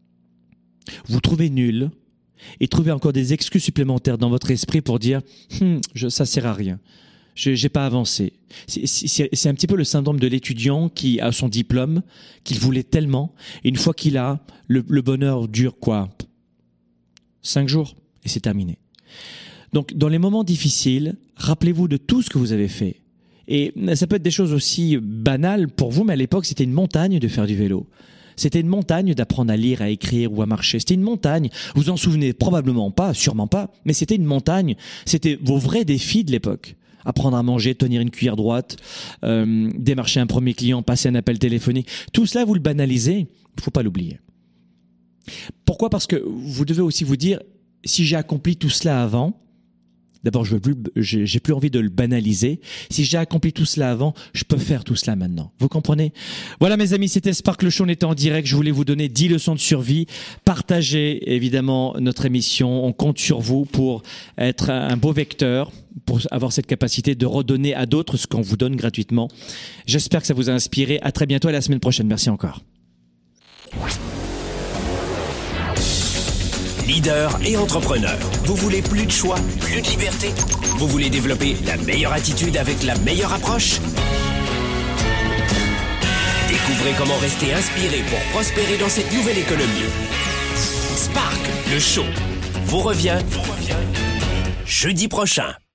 vous trouver nul, et trouver encore des excuses supplémentaires dans votre esprit pour dire hm, je, « ça ne sert à rien ». Je n'ai pas avancé. C'est, c'est, c'est un petit peu le syndrome de l'étudiant qui a son diplôme, qu'il voulait tellement, et une fois qu'il a, le, le bonheur dure quoi ? Cinq jours, et c'est terminé. Donc, dans les moments difficiles, rappelez-vous de tout ce que vous avez fait. Et ça peut être des choses aussi banales pour vous, mais à l'époque, c'était une montagne de faire du vélo. C'était une montagne d'apprendre à lire, à écrire ou à marcher. C'était une montagne. Vous vous en souvenez probablement pas, sûrement pas, mais c'était une montagne. C'était vos vrais défis de l'époque. Apprendre à manger, tenir une cuillère droite, euh, démarcher un premier client, passer un appel téléphonique. Tout cela, vous le banalisez, il ne faut pas l'oublier. Pourquoi ? Parce que vous devez aussi vous dire, si j'ai accompli tout cela avant, D'abord, je veux plus, j'ai, j'ai plus envie de le banaliser. Si j'ai accompli tout cela avant, je peux faire tout cela maintenant. Vous comprenez? Voilà, mes amis, c'était Spark le Show. On était en direct. Je voulais vous donner dix leçons de survie. Partagez évidemment notre émission. On compte sur vous pour être un beau vecteur, pour avoir cette capacité de redonner à d'autres ce qu'on vous donne gratuitement. J'espère que ça vous a inspiré. À très bientôt, à la semaine prochaine. Merci encore. Leader et entrepreneur, vous voulez plus de choix, plus de liberté? Vous voulez développer la meilleure attitude avec la meilleure approche? Découvrez comment rester inspiré pour prospérer dans cette nouvelle économie. Spark, le show, vous revient, vous revient jeudi prochain.